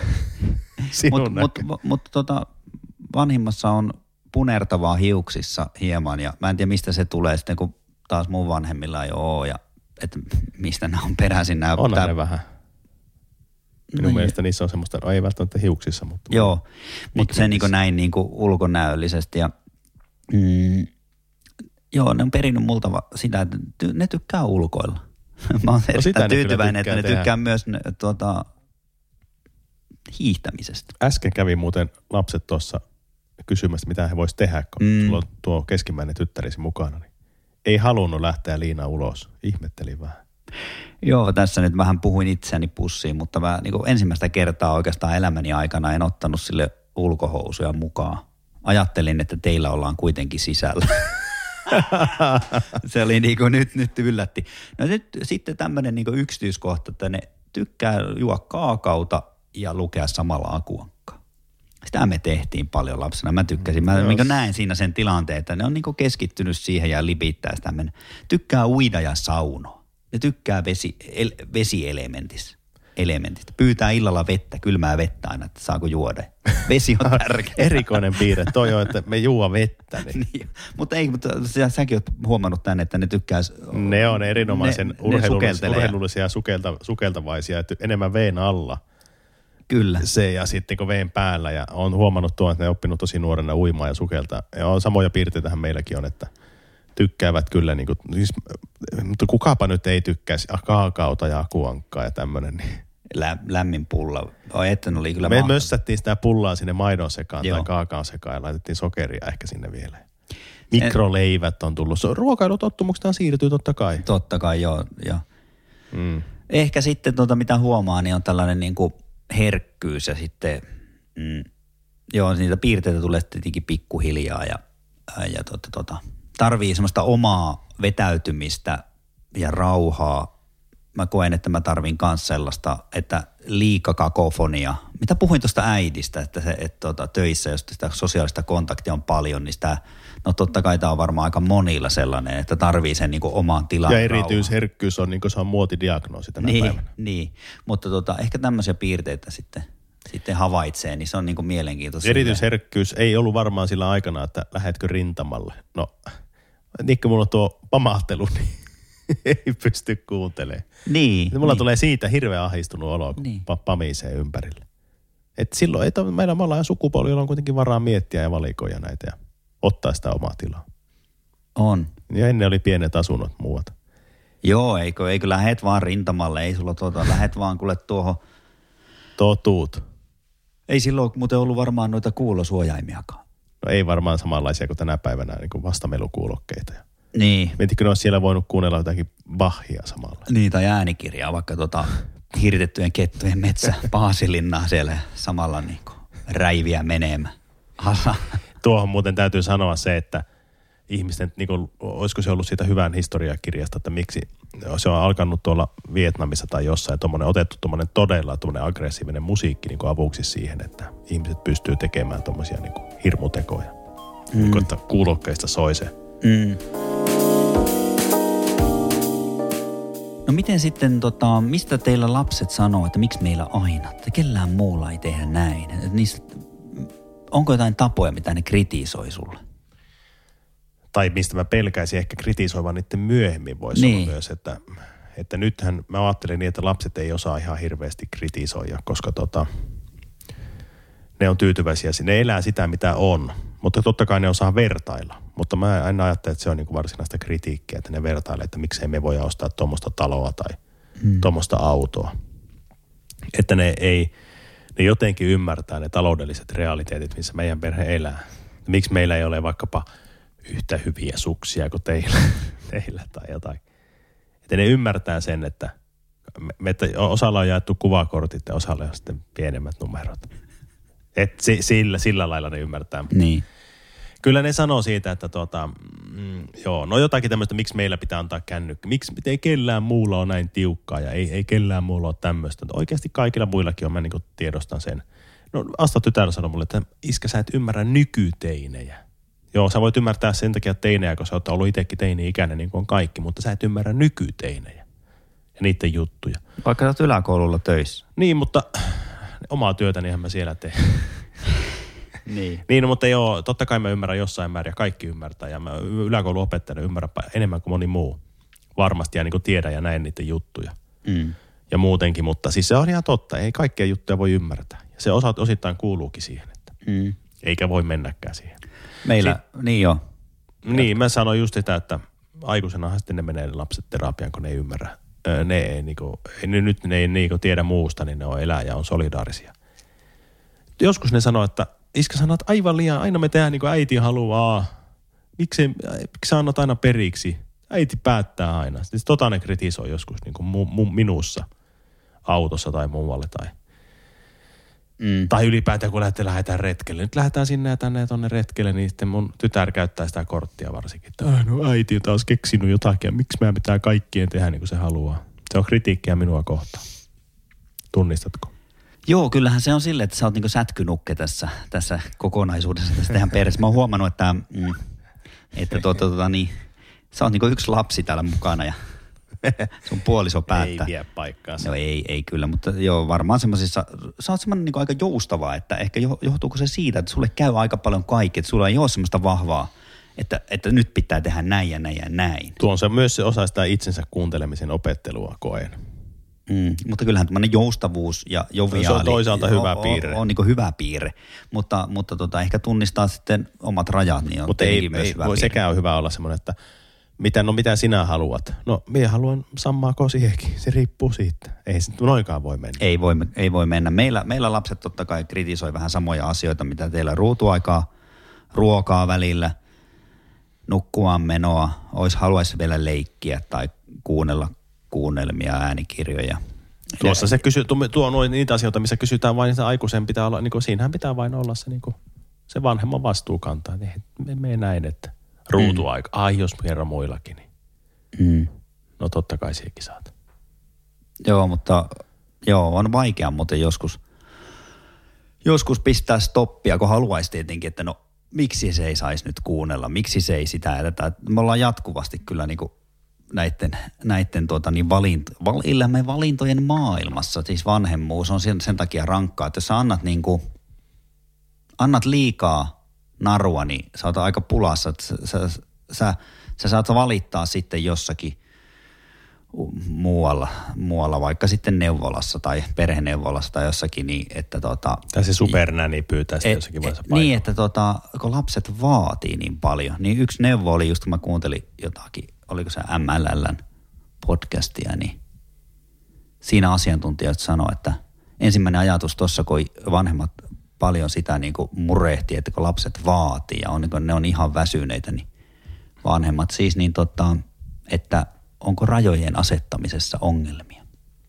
sinun mutta vanhimmassa on punertavaa hiuksissa hieman ja mä en tiedä mistä se tulee sitten, kun taas mun vanhemmilla ei ole ja että mistä nämä on peräisin. Onhan ne vähän. Minun mielestä niissä on semmoista, ei välttämättä hiuksissa, mutta. Joo, mutta se niinku näin niinku ulkonäöllisesti ja ne on perinnyt multa sitä, että ne tykkää ulkoilla. Mä oon erittäin tyytyväinen, että ne tykkää myös hiihtämisestä. Äsken kävi muuten lapset tuossa kysymässä, mitä he vois tehdä, kun sulla on tuo keskimmäinen tyttärisi mukana. Niin ei halunnut lähteä Liina ulos. Ihmettelin vähän. Joo, tässä nyt vähän puhuin itseäni pussiin, mutta mä niin kuin ensimmäistä kertaa oikeastaan elämäni aikana en ottanut sille ulkohousuja mukaan. Ajattelin, että teillä ollaan kuitenkin sisällä. Se oli niin kuin nyt yllätti. No nyt sitten tämmöinen niin kuin yksityiskohta, että ne tykkää juo kaakauta ja lukea samalla akuankkaa. Sitä me tehtiin paljon lapsena. Mä tykkäsin. Mä niin näen siinä sen tilanteen, että ne on niin keskittynyt siihen ja lipittää sitä. Tykkää uida ja saunoa. Ne tykkää vesielementistä. Pyytää illalla vettä, kylmää vettä aina, että saako juoda. Vesi on tärkeä. Erikoinen piirre. Toi on, että me juo vettä. Niin. Mutta säkin oot huomannut tänne, että ne tykkää. Ne on erinomaisen urheilullisia ja sukeltavaisia, että enemmän veen alla. Kyllä. Se ja sitten kun veen päällä ja on huomannut tuon, että ne on oppinut tosi nuorena uimaan ja sukeltaa. Ja on samoja piirteitähän meilläkin on, että tykkäävät kyllä niin kuin, siis, mutta kukapa nyt ei tykkäisi kaakauta ja akuankkaa ja tämmöinen. Niin. Lämmin pulla. Oli kyllä me mössättiin sitä pullaa sinne maidon sekaan tai kaakaon sekaan ja laitettiin sokeria ehkä sinne vielä. Mikroleivät on tullut. Ruokailutottumukstaan siirtyy totta kai. Totta kai, joo. Ehkä sitten mitä huomaa, niin on tällainen niin kuin herkkyys ja sitten, niitä piirteitä tulee tietenkin pikkuhiljaa ja tarvii semmoista omaa vetäytymistä ja rauhaa. Mä koen, että mä tarvin myös sellaista, että liika kakofonia. Mitä puhuin tuosta äidistä, että töissä, jos sitä sosiaalista kontaktia on paljon, niin sitä, no totta kai tämä on varmaan aika monilla sellainen, että tarvii sen niinku omaan tilaan. Ja erityisherkkyys on, niin kuin se on muotidiagnoosi tänä päivänä. Niin, mutta ehkä tämmöisiä piirteitä sitten havaitsee, niin se on niinku mielenkiintoista. Erityisherkkyys ei ollut varmaan sillä aikana, että lähetkö rintamalle. No, Niin kun mulla on tuo pamahtelu, niin ei pysty kuuntelemaan. Niin. Mulla tulee siitä hirveän ahdistunut olo, kun pamisee ympärille. Et silloin me ollaan jo sukupolvi, jolla on kuitenkin varaa miettiä ja valikoja näitä ja ottaa sitä omaa tilaa. On. Ja ennen oli pienet asunnot muuta. Joo, eikö lähet vaan rintamalle, ei sulla lähet vaan kuule tuohon. Totuut. Ei silloin muuten ollut varmaan noita kuulosuojaimiakaan. No ei varmaan samanlaisia kuin tänä päivänä, niin kuin vastamelukuulokkeita. Niin. Mietitkö ne olisi siellä voinut kuunnella jotakin Bachia samalla? Niin, tai äänikirjaa, vaikka hirtettyjen kettujen metsä Paasilinnaa siellä samalla niin kuin räiviä menemään. Tuohon muuten täytyy sanoa se, että ihmisten, niin kuin, olisiko se ollut siitä hyvän historiakirjasta, että miksi se on alkanut tuolla Vietnamissa tai jossain otettu todella aggressiivinen musiikki niin kuin avuksi siihen, että ihmiset pystyy tekemään tuommoisia niin kuin hirmutekoja. Niin kuin, että kuulokkeista soi se. No miten sitten, mistä teillä lapset sanoo, että miksi meillä aina, että kellään muulla ei tehdä näin? Onko jotain tapoja, mitä ne kritisoi sulle? Tai mistä mä pelkäisin ehkä kritisoivan niiden myöhemmin voisi olla myös, että nythän mä ajattelin niin, että lapset ei osaa ihan hirveästi kritisoida, koska ne on tyytyväisiä, ne elää sitä mitä on, mutta totta kai ne osaa vertailla. Mutta mä aina ajattelen, että se on niin kuin varsinaista kritiikkiä, että ne vertailee, että miksei me voi ostaa tuommoista taloa tai tuommoista autoa. Että ne jotenkin ymmärtää ne taloudelliset realiteetit, missä meidän perhe elää. Miksi meillä ei ole vaikkapa yhtä hyviä suksia kuin teillä tai jotain. Että ne ymmärtää sen, että osalla on jaettu kuvakortit ja osalla on sitten pienemmät numerot. Että sillä lailla ne ymmärtää. Niin. Kyllä ne sanoo siitä, että no jotakin tämmöistä, miksi meillä pitää antaa kännykkä. Miksi ei kellään muulla ole näin tiukkaa ja ei kellään muulla ole tämmöistä. Oikeasti kaikilla muillakin on, mä niin kuin tiedostan sen. No Asta tytär sanoi mulle, että iskä sä et ymmärrä nykyteinejä. Joo, sä voit ymmärtää sen takia teinejä, kun sä oot ollut itsekin teini-ikäinen niin kuin on kaikki, mutta sä et ymmärrä nykyteinejä ja niiden juttuja. Vaikka sä oot yläkoululla töissä. Niin, mutta omaa työtänihän mä siellä teen. Niin, no, mutta joo, totta kai mä ymmärrän jossain määrin ja kaikki ymmärtää. Ja mä yläkouluopettajana ymmärrän enemmän kuin moni muu. Varmasti ja niin kuin tiedän ja näen niiden juttuja. Ja muutenkin, mutta siis se on ihan totta. Ei kaikkia juttuja voi ymmärtää. Ja se osittain kuuluukin siihen, että eikä voi mennäkään siihen. Meillä, niin joo. Niin, mä sanoin just sitä, että aikuisenahan sitten ne menee lapset terapiaan, kun ne ei ymmärrä. Nyt ne ei niinku tiedä muusta, niin ne on elää ja on solidaarisia. Joskus ne sanoo, että iskä sanoo, että aivan liian, aina me tehdään niin kuin äiti haluaa. Miksi sä annat aina periksi? Äiti päättää aina. Siis ne kritisoi joskus niin kuin minussa autossa tai muualle tai ylipäätään kun lähdetään retkelle. Nyt lähdetään sinne ja tänne ja tonne retkelle, niin sitten mun tytär käyttää sitä korttia varsinkin. No äiti on taas keksinyt jotakin ja miksi meidän pitää kaikkien tehdä niin kuin se haluaa. Se on kritiikkiä minua kohtaan. Tunnistatko? Joo, kyllähän se on silleen, että sä oot niinku sätkynukke tässä kokonaisuudessa, tässä teidän perheessä. Mä oon huomannut, että sä oot niinku yksi lapsi täällä mukana ja sun puoliso päättää. Ei vie paikkaansa. No ei kyllä, mutta joo, varmaan semmoisissa, sä oot semmoinen niinku aika joustava, että ehkä johtuuko se siitä, että sulle käy aika paljon kaikki, että sulla ei ole semmoista vahvaa, että nyt pitää tehdä näin ja näin ja näin. Tuo on se myös se osa sitä itsensä kuuntelemisen opettelua koen. Mutta kyllähän tämmöinen joustavuus ja joviaali. Se on toisaalta hyvä piirre. On niin kuin hyvä piirre, mutta ehkä tunnistaa sitten omat rajat, niin on mutta ei myös hyvä piirre. Sekään on hyvä olla semmoinen, että mitä sinä haluat? No minä haluan samaa kosiekin, se riippuu siitä. Ei se noinkaan voi mennä. Ei voi mennä. Meillä lapset totta kai kritisoi vähän samoja asioita, mitä teillä ruutuaikaa, ruokaa välillä, nukkumaan menoa, haluaisi vielä leikkiä tai kuunnella kuunnelmia, äänikirjoja. Tuossa se tuo niitä asioita, missä kysytään vain, että aikuisen pitää olla, niin kuin, siinähän pitää vain olla se, niin kuin, se vanhemman vastuukantaa. Ei mene näin, että ruutuaika. Ai jos kerran muillakin. Niin. No totta kai siihenkin saat. Joo, mutta on vaikea muuten joskus pistää stoppia, kun haluaisi tietenkin, että no miksi se ei saisi nyt kuunnella, miksi se ei sitä ja tätä. Me ollaan jatkuvasti kyllä niin kuin näiden valintojen maailmassa, siis vanhemmuus on sen takia rankkaa, että jos sä annat liikaa narua, niin sä oot aika pulassa, että Sä saat valittaa sitten jossakin muualla, vaikka sitten neuvolassa tai perheneuvolassa tai jossakin niin, että Tai se supernäni pyytää sitten jossakin vaiheessa paikalla. Niin, että kun lapset vaatii niin paljon, niin yksi neuvo oli just, kun mä kuuntelin jotakin, oliko se MLLn podcastia, niin siinä asiantuntijat sanoi, että ensimmäinen ajatus tuossa, kun vanhemmat paljon sitä niin kuin murehtii, että kun lapset vaatii ja ne on ihan väsyneitä, niin vanhemmat siis niin että onko rajojen asettamisessa ongelmia?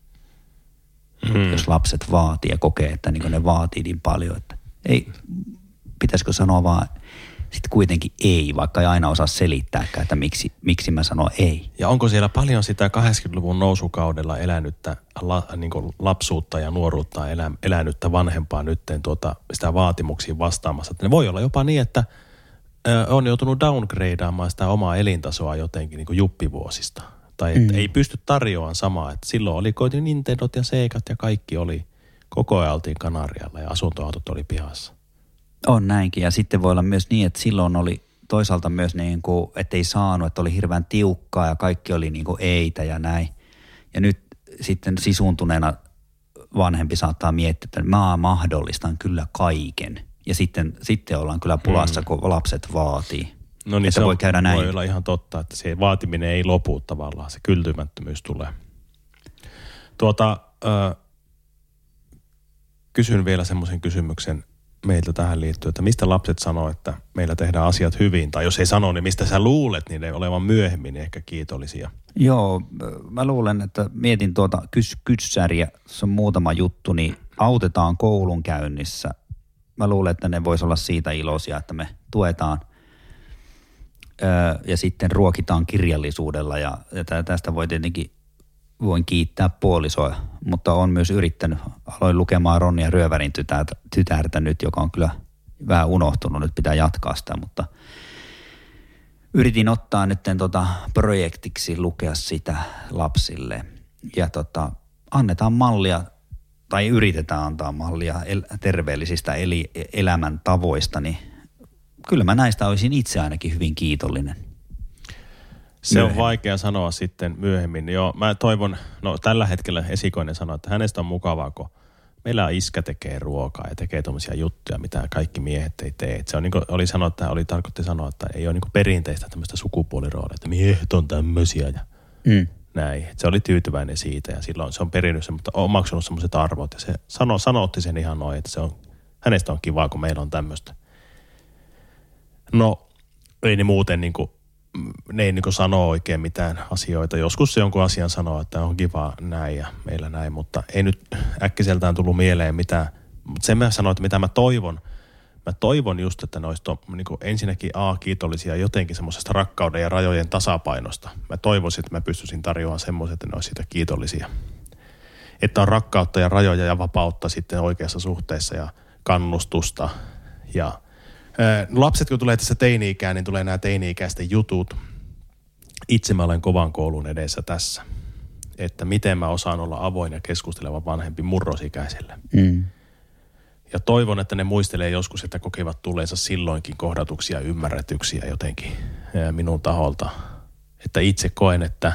Jos lapset vaatii ja kokee, että niin ne vaatii niin paljon, että ei, pitäisikö sanoa vaan sitten kuitenkin ei, vaikka ei aina osaa selittääkään, että miksi mä sanon ei. Ja onko siellä paljon sitä 80-luvun nousukaudella elänyttä niin lapsuutta ja nuoruutta elänyttä vanhempaa nytten sitä vaatimuksiin vastaamassa? Että ne voi olla jopa niin, että on joutunut downgradeaamaan sitä omaa elintasoa jotenkin niin kuin juppivuosista. Tai ei pysty tarjoamaan samaa. Että silloin oli koitin Nintendot ja Seikat ja kaikki oli, koko ajan oltiin Kanarialla ja asuntoautot oli pihassa. On näinkin. Ja sitten voi olla myös niin, että silloin oli toisaalta myös niin kuin, että ei saanut, että oli hirveän tiukkaa ja kaikki oli niin kuin eitä ja näin. Ja nyt sitten sisuuntuneena vanhempi saattaa miettiä, että mä mahdollistan kyllä kaiken. Ja sitten ollaan kyllä pulassa, kun lapset vaatii. No niin, että se voi käydä näin. Voi olla ihan totta, että se vaatiminen ei lopu tavallaan, se kyltymättömyys tulee. Kysyn vielä semmoisen kysymyksen meiltä tähän liittyen, että mistä lapset sanoo, että meillä tehdään asiat hyvin, tai jos ei sano, niin mistä sä luulet niiden olevan myöhemmin niin ehkä kiitollisia? Joo, mä luulen, että mietin kyssäriä, se on muutama juttu, niin autetaan koulun käynnissä. Mä luulen, että ne vois olla siitä iloisia, että me tuetaan ja sitten ruokitaan kirjallisuudella ja tästä voin kiittää puolisoa, mutta on myös yrittänyt, aloin lukemaan Ronja Ryövärin tytärtä nyt, joka on kyllä vähän unohtunut, nyt pitää jatkaa sitä, mutta yritin ottaa nyt projektiksi lukea sitä lapsille ja annetaan mallia tai yritetään antaa mallia terveellisistä elämäntavoista, niin kyllä mä näistä olisin itse ainakin hyvin kiitollinen. Se on vaikea sanoa sitten myöhemmin. Joo, mä toivon, tällä hetkellä esikoinen sanoo, että hänestä on mukavaa, kun meillä iskä tekee ruokaa ja tekee tommosia juttuja, mitä kaikki miehet ei tee. Se on niin kuin tarkoitti sanoa, että ei ole niin kuin perinteistä tämmöistä sukupuoliroolia, että miehet on tämmöisiä ja näin. Se oli tyytyväinen siitä ja silloin se on perinnyt sen, mutta on omaksunut semmoiset arvot ja se sanotti sen ihan noin, että hänestä on kivaa, kun meillä on tämmöistä. No, ei ne muuten ne ei sano oikein mitään asioita. Joskus se jonkun asian sanoo, että on kiva näin ja meillä näin, mutta ei nyt äkkiseltään tullut mieleen mitään. Mutta sen mä sanoin, että mitä mä toivon. Mä toivon just, että ne olisi ensinnäkin kiitollisia jotenkin semmoisesta rakkauden ja rajojen tasapainosta. Mä toivoisin, että mä pystyisin tarjoamaan semmoiset, että ne olisi siitä kiitollisia. Että on rakkautta ja rajoja ja vapautta sitten oikeassa suhteessa ja kannustusta ja lapset, kun tulee tässä teini-ikään, niin tulee nämä teini-ikäisten jutut. Itse mä olen kovan koulun edessä tässä, että miten mä osaan olla avoin ja keskusteleva vanhempi murrosikäiselle. Ja toivon, että ne muistelee joskus, että kokevat tulleensa silloinkin kohdatuksia ja ymmärretyksiä jotenkin minun taholta. Että itse koen, että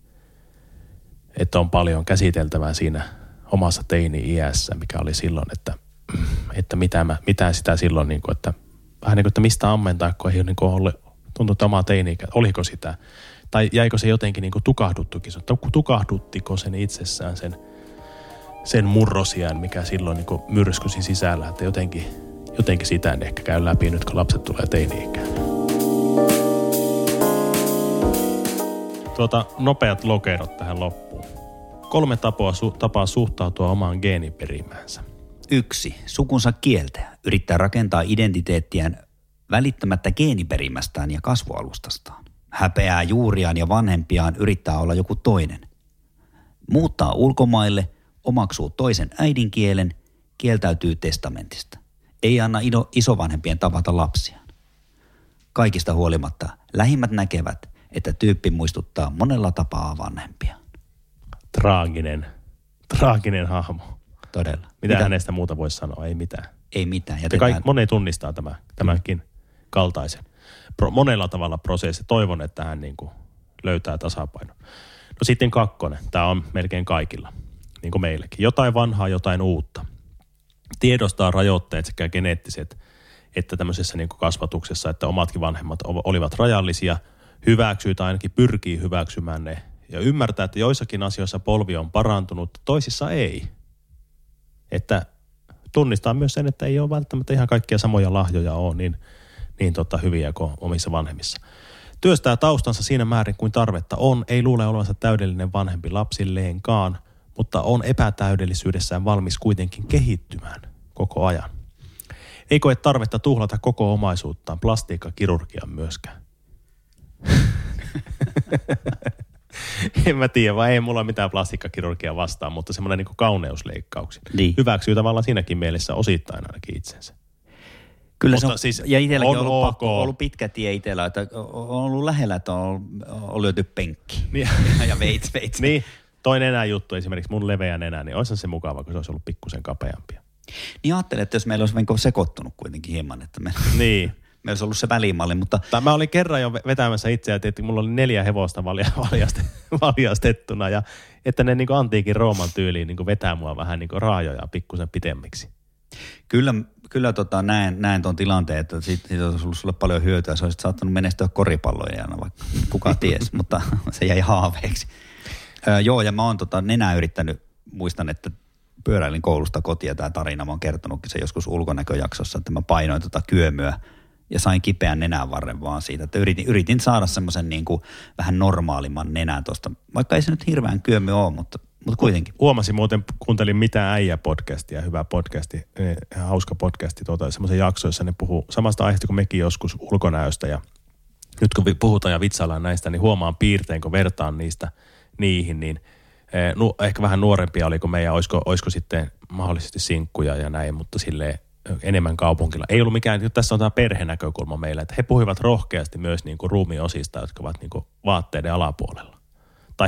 on käsiteltävää siinä omassa teini-iässä, mikä oli silloin, että mitä sitä silloin, että vähän niin kuin, että mistä ammentaa, kun ei ole ollut, tuntuu, että omaa teini-ikä, oliko sitä, tai jäikö se jotenkin tukahduttukin, tukahduttiko sen itsessään sen murrosiän, mikä silloin myrskysi sisällä, että jotenkin sitä en ehkä käy läpi nyt, kun lapset tulee teini-ikään. Nopeat lokerot tähän loppuun. 3 tapaa suhtautua omaan geeniperimäänsä. 1. Sukunsa kieltää. Yrittää rakentaa identiteettiään välittämättä geeniperimästään ja kasvualustastaan. Häpeää juuriaan ja vanhempiaan, yrittää olla joku toinen. Muuttaa ulkomaille, omaksuu toisen äidinkielen, kieltäytyy testamentista. Ei anna isovanhempien tavata lapsiaan. Kaikista huolimatta lähimmät näkevät, että tyyppi muistuttaa monella tapaa vanhempiaan. Traaginen hahmo. Todella. Mitä hänestä muuta voisi sanoa? Ei mitään. Ei mitään. Moni tunnistaa tämänkin kaltaisen. monella tavalla prosessi. Toivon, että hän niin kuin löytää tasapainon. No sitten 2. Tämä on melkein kaikilla, niin kuin meilläkin. Jotain vanhaa, jotain uutta. Tiedostaa rajoitteet sekä geneettiset että tämmöisessä niin kuin kasvatuksessa, että omatkin vanhemmat olivat rajallisia, hyväksyy tai ainakin pyrkii hyväksymään ne ja ymmärtää, että joissakin asioissa polvi on parantunut, toisissa ei. Että tunnistaa myös sen, että ei ole välttämättä ihan kaikkia samoja lahjoja ole niin hyviä kuin omissa vanhemmissa. Työstää taustansa siinä määrin kuin tarvetta on, ei luule olevansa täydellinen vanhempi lapsilleenkaan, mutta on epätäydellisyydessään valmis kuitenkin kehittymään koko ajan. Ei koe tarvetta tuhlata koko omaisuuttaan plastiikkakirurgiaan myöskään. En mä tiedä, vai ei mulla mitään plastiikkakirurgiaa vastaan, mutta semmoinen niin kuin kauneusleikkauksia. Niin. Hyväksyy tavallaan siinäkin mielessä osittain ainakin itsensä. Kyllä mutta se on, siis ja itselläkin on ollut pitkä tie itsellä, että on ollut lähellä, että on lyöty penkki niin. ja veits. Niin, toi nenäjuttu esimerkiksi mun leveä nenä, niin olisihan se mukava, kun se olisi ollut pikkusen kapeampia. Niin ajattelin, että jos meillä olisi sekoittunut kuitenkin hieman, että meillä olisi ollut se välimalli, mutta... Mä olin kerran jo vetämässä itseä, että mulla oli 4 hevosta valjastettuna ja että ne niin kuin antiikin Rooman tyyliin niin kuin vetää mua vähän niin kuin raajoja pikkusen pitemmiksi. Kyllä näen tuon tilanteen, että siitä olisi ollut sulle paljon hyötyä. Se olisi saattanut menestyä koripalloijana, vaikka kuka ties, mutta se jäi haaveeksi. Joo, ja mä oon nenää yrittänyt, muistan, että pyöräilin koulusta kotia tämä tarina. Mä oon kertonutkin se joskus ulkonäköjaksossa, että mä painoin kyömyä ja sain kipeän nenänvarren vaan siitä. Että yritin saada semmoisen niin kuin vähän normaalimman nenän tuosta, vaikka ei se nyt hirveän kyömy ole, mutta kuitenkin. Huomasin muuten, kuuntelin Mitä äijä-podcastia, hyvä podcasti, hauska podcasti, semmoisen jakso, jossa ne puhuu samasta aiheesta kuin mekin joskus ulkonäöstä. Ja nyt kun puhutaan ja vitsaillaan näistä, niin huomaan piirtein, kun vertaan niihin, niin ehkä vähän nuorempia oli kuin meidän, olisiko sitten mahdollisesti sinkkuja ja näin, mutta silleen enemmän kaupunkilla. Ei ollut mikään, tässä on tämä perhenäkökulma meillä, että he puhuivat rohkeasti myös niin kuin ruumiinosista, jotka ovat niin kuin vaatteiden alapuolella. Tai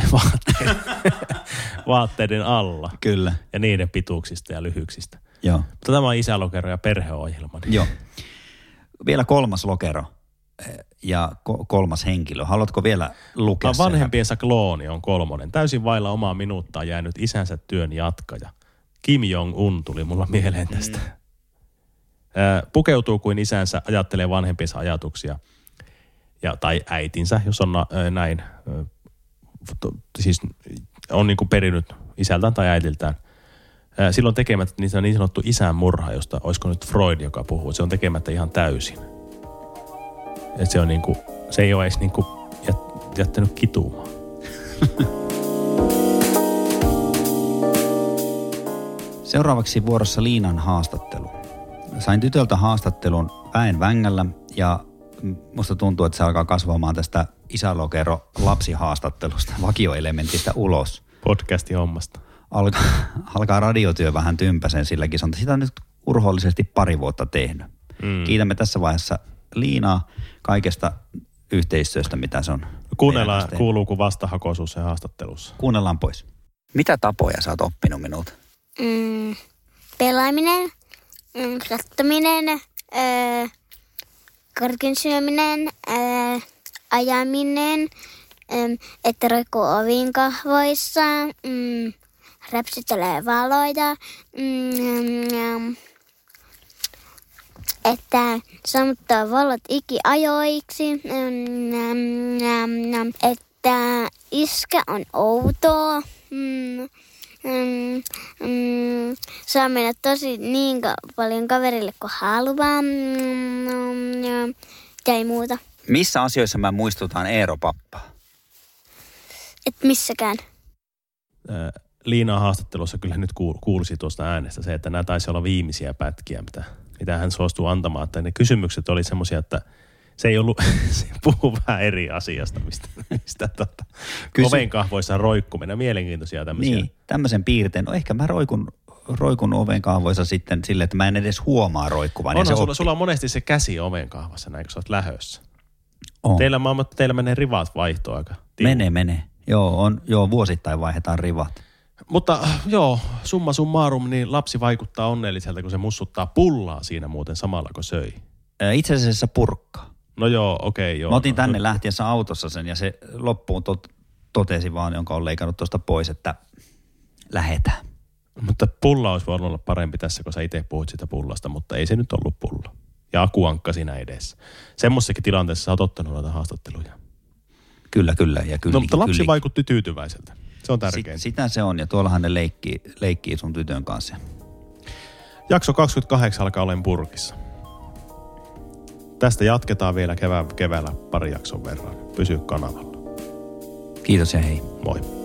vaatteiden alla. Kyllä. Ja niiden pituuksista ja lyhyyksistä. Joo. Mutta tämä on isälokero ja perheohjelma. Joo. Vielä 3. lokero ja 3. henkilö. Haluatko vielä lukea sen? Vanhempiensa klooni on 3. Täysin vailla omaa minuuttaa jäänyt isänsä työn jatkaja. Kim Jong-un tuli mulla mieleen tästä. Pukeutuu kuin isänsä, ajattelee vanhempiensa ajatuksia. Tai äitinsä, jos on näin. Siis on niin kuin perinyt isältään tai äitiltään. Silloin tekemättä niin sanottu isänmurha, josta olisiko nyt Freud, joka puhuu. Se on tekemättä ihan täysin. Et se on niin kuin, se ei ole edes niin kuin jättänyt kituumaan. Seuraavaksi vuorossa Liinan haastattelu. Sain tytöltä haastattelun väen vängällä ja musta tuntuu, että se alkaa kasvamaan tästä isälokero lapsihaastattelusta, vakioelementistä ulos. Podcasti-hommasta. Alkaa radiotyö vähän tympäsen silläkin. Se on sitä nyt urhoollisesti 2 vuotta tehnyt. Kiitämme tässä vaiheessa Liinaa kaikesta yhteistyöstä, mitä se on. Kuunnellaan, kuuluuko vastahakoisuus sen haastattelussa? Kuunnellaan pois. Mitä tapoja sä oot oppinut minulta? Pelaaminen, katsominen, karkin syöminen, ajaminen, että roikkuu ovin kahvoissa, räpsyttelee valoja, että sammuttaa valot ikiajoiksi, että iskä on outoa, saa mennä tosi niin paljon kaverille kuin haluaa ja ei muuta. Missä asioissa mä muistutan Eero pappaa? Et missäkään. Liinan haastattelussa kyllä nyt kuulsi tuosta äänestä se, että nämä taisi olla viimeisiä pätkiä, mitä hän suostuu antamaan. Että ne kysymykset oli semmoisia, että se ei ollut, se puhuu vähän eri asiasta, mistä ovenkahvoissa roikkuminen. Mielenkiintoisia tämmöisiä. Niin, tämmöisen piirteen. No ehkä mä roikun ovenkahvoissa sitten silleen, että mä en edes huomaa roikkuvan. Onhan sulla on monesti se käsi ovenkahvassa näin, kun sä oot lähössä. On. Teillä menee rivat vaihtoa aika. Menee. Joo, vuosittain vaihdetaan rivat. Mutta joo, summa summarum, niin lapsi vaikuttaa onnelliselta, kun se mussuttaa pullaa siinä muuten samalla, kun söi. Itse asiassa purkkaa. No joo, okei, joo. Mä otin tänne lähtiessä autossa sen ja se loppuun totesi vaan, jonka on leikannut tuosta pois, että lähetään. Mutta pulla olisi voinut olla parempi tässä, kun sä itse puhut sitä pullasta, mutta ei se nyt ollut pulla. Ja akuankka siinä edessä. Semmoisessakin tilanteessa sä oot ottanut noita haastatteluja. Kyllä. Ja kyllä. No, mutta lapsi vaikutti tyytyväiseltä. Se on tärkeintä. Sitä se on, ja tuollahan ne leikkii sun tytön kanssa. Jakso 28 alkaa olemaan purkissa. Tästä jatketaan vielä keväällä pari jakson verran. Pysy kanavalla. Kiitos ja hei. Moi.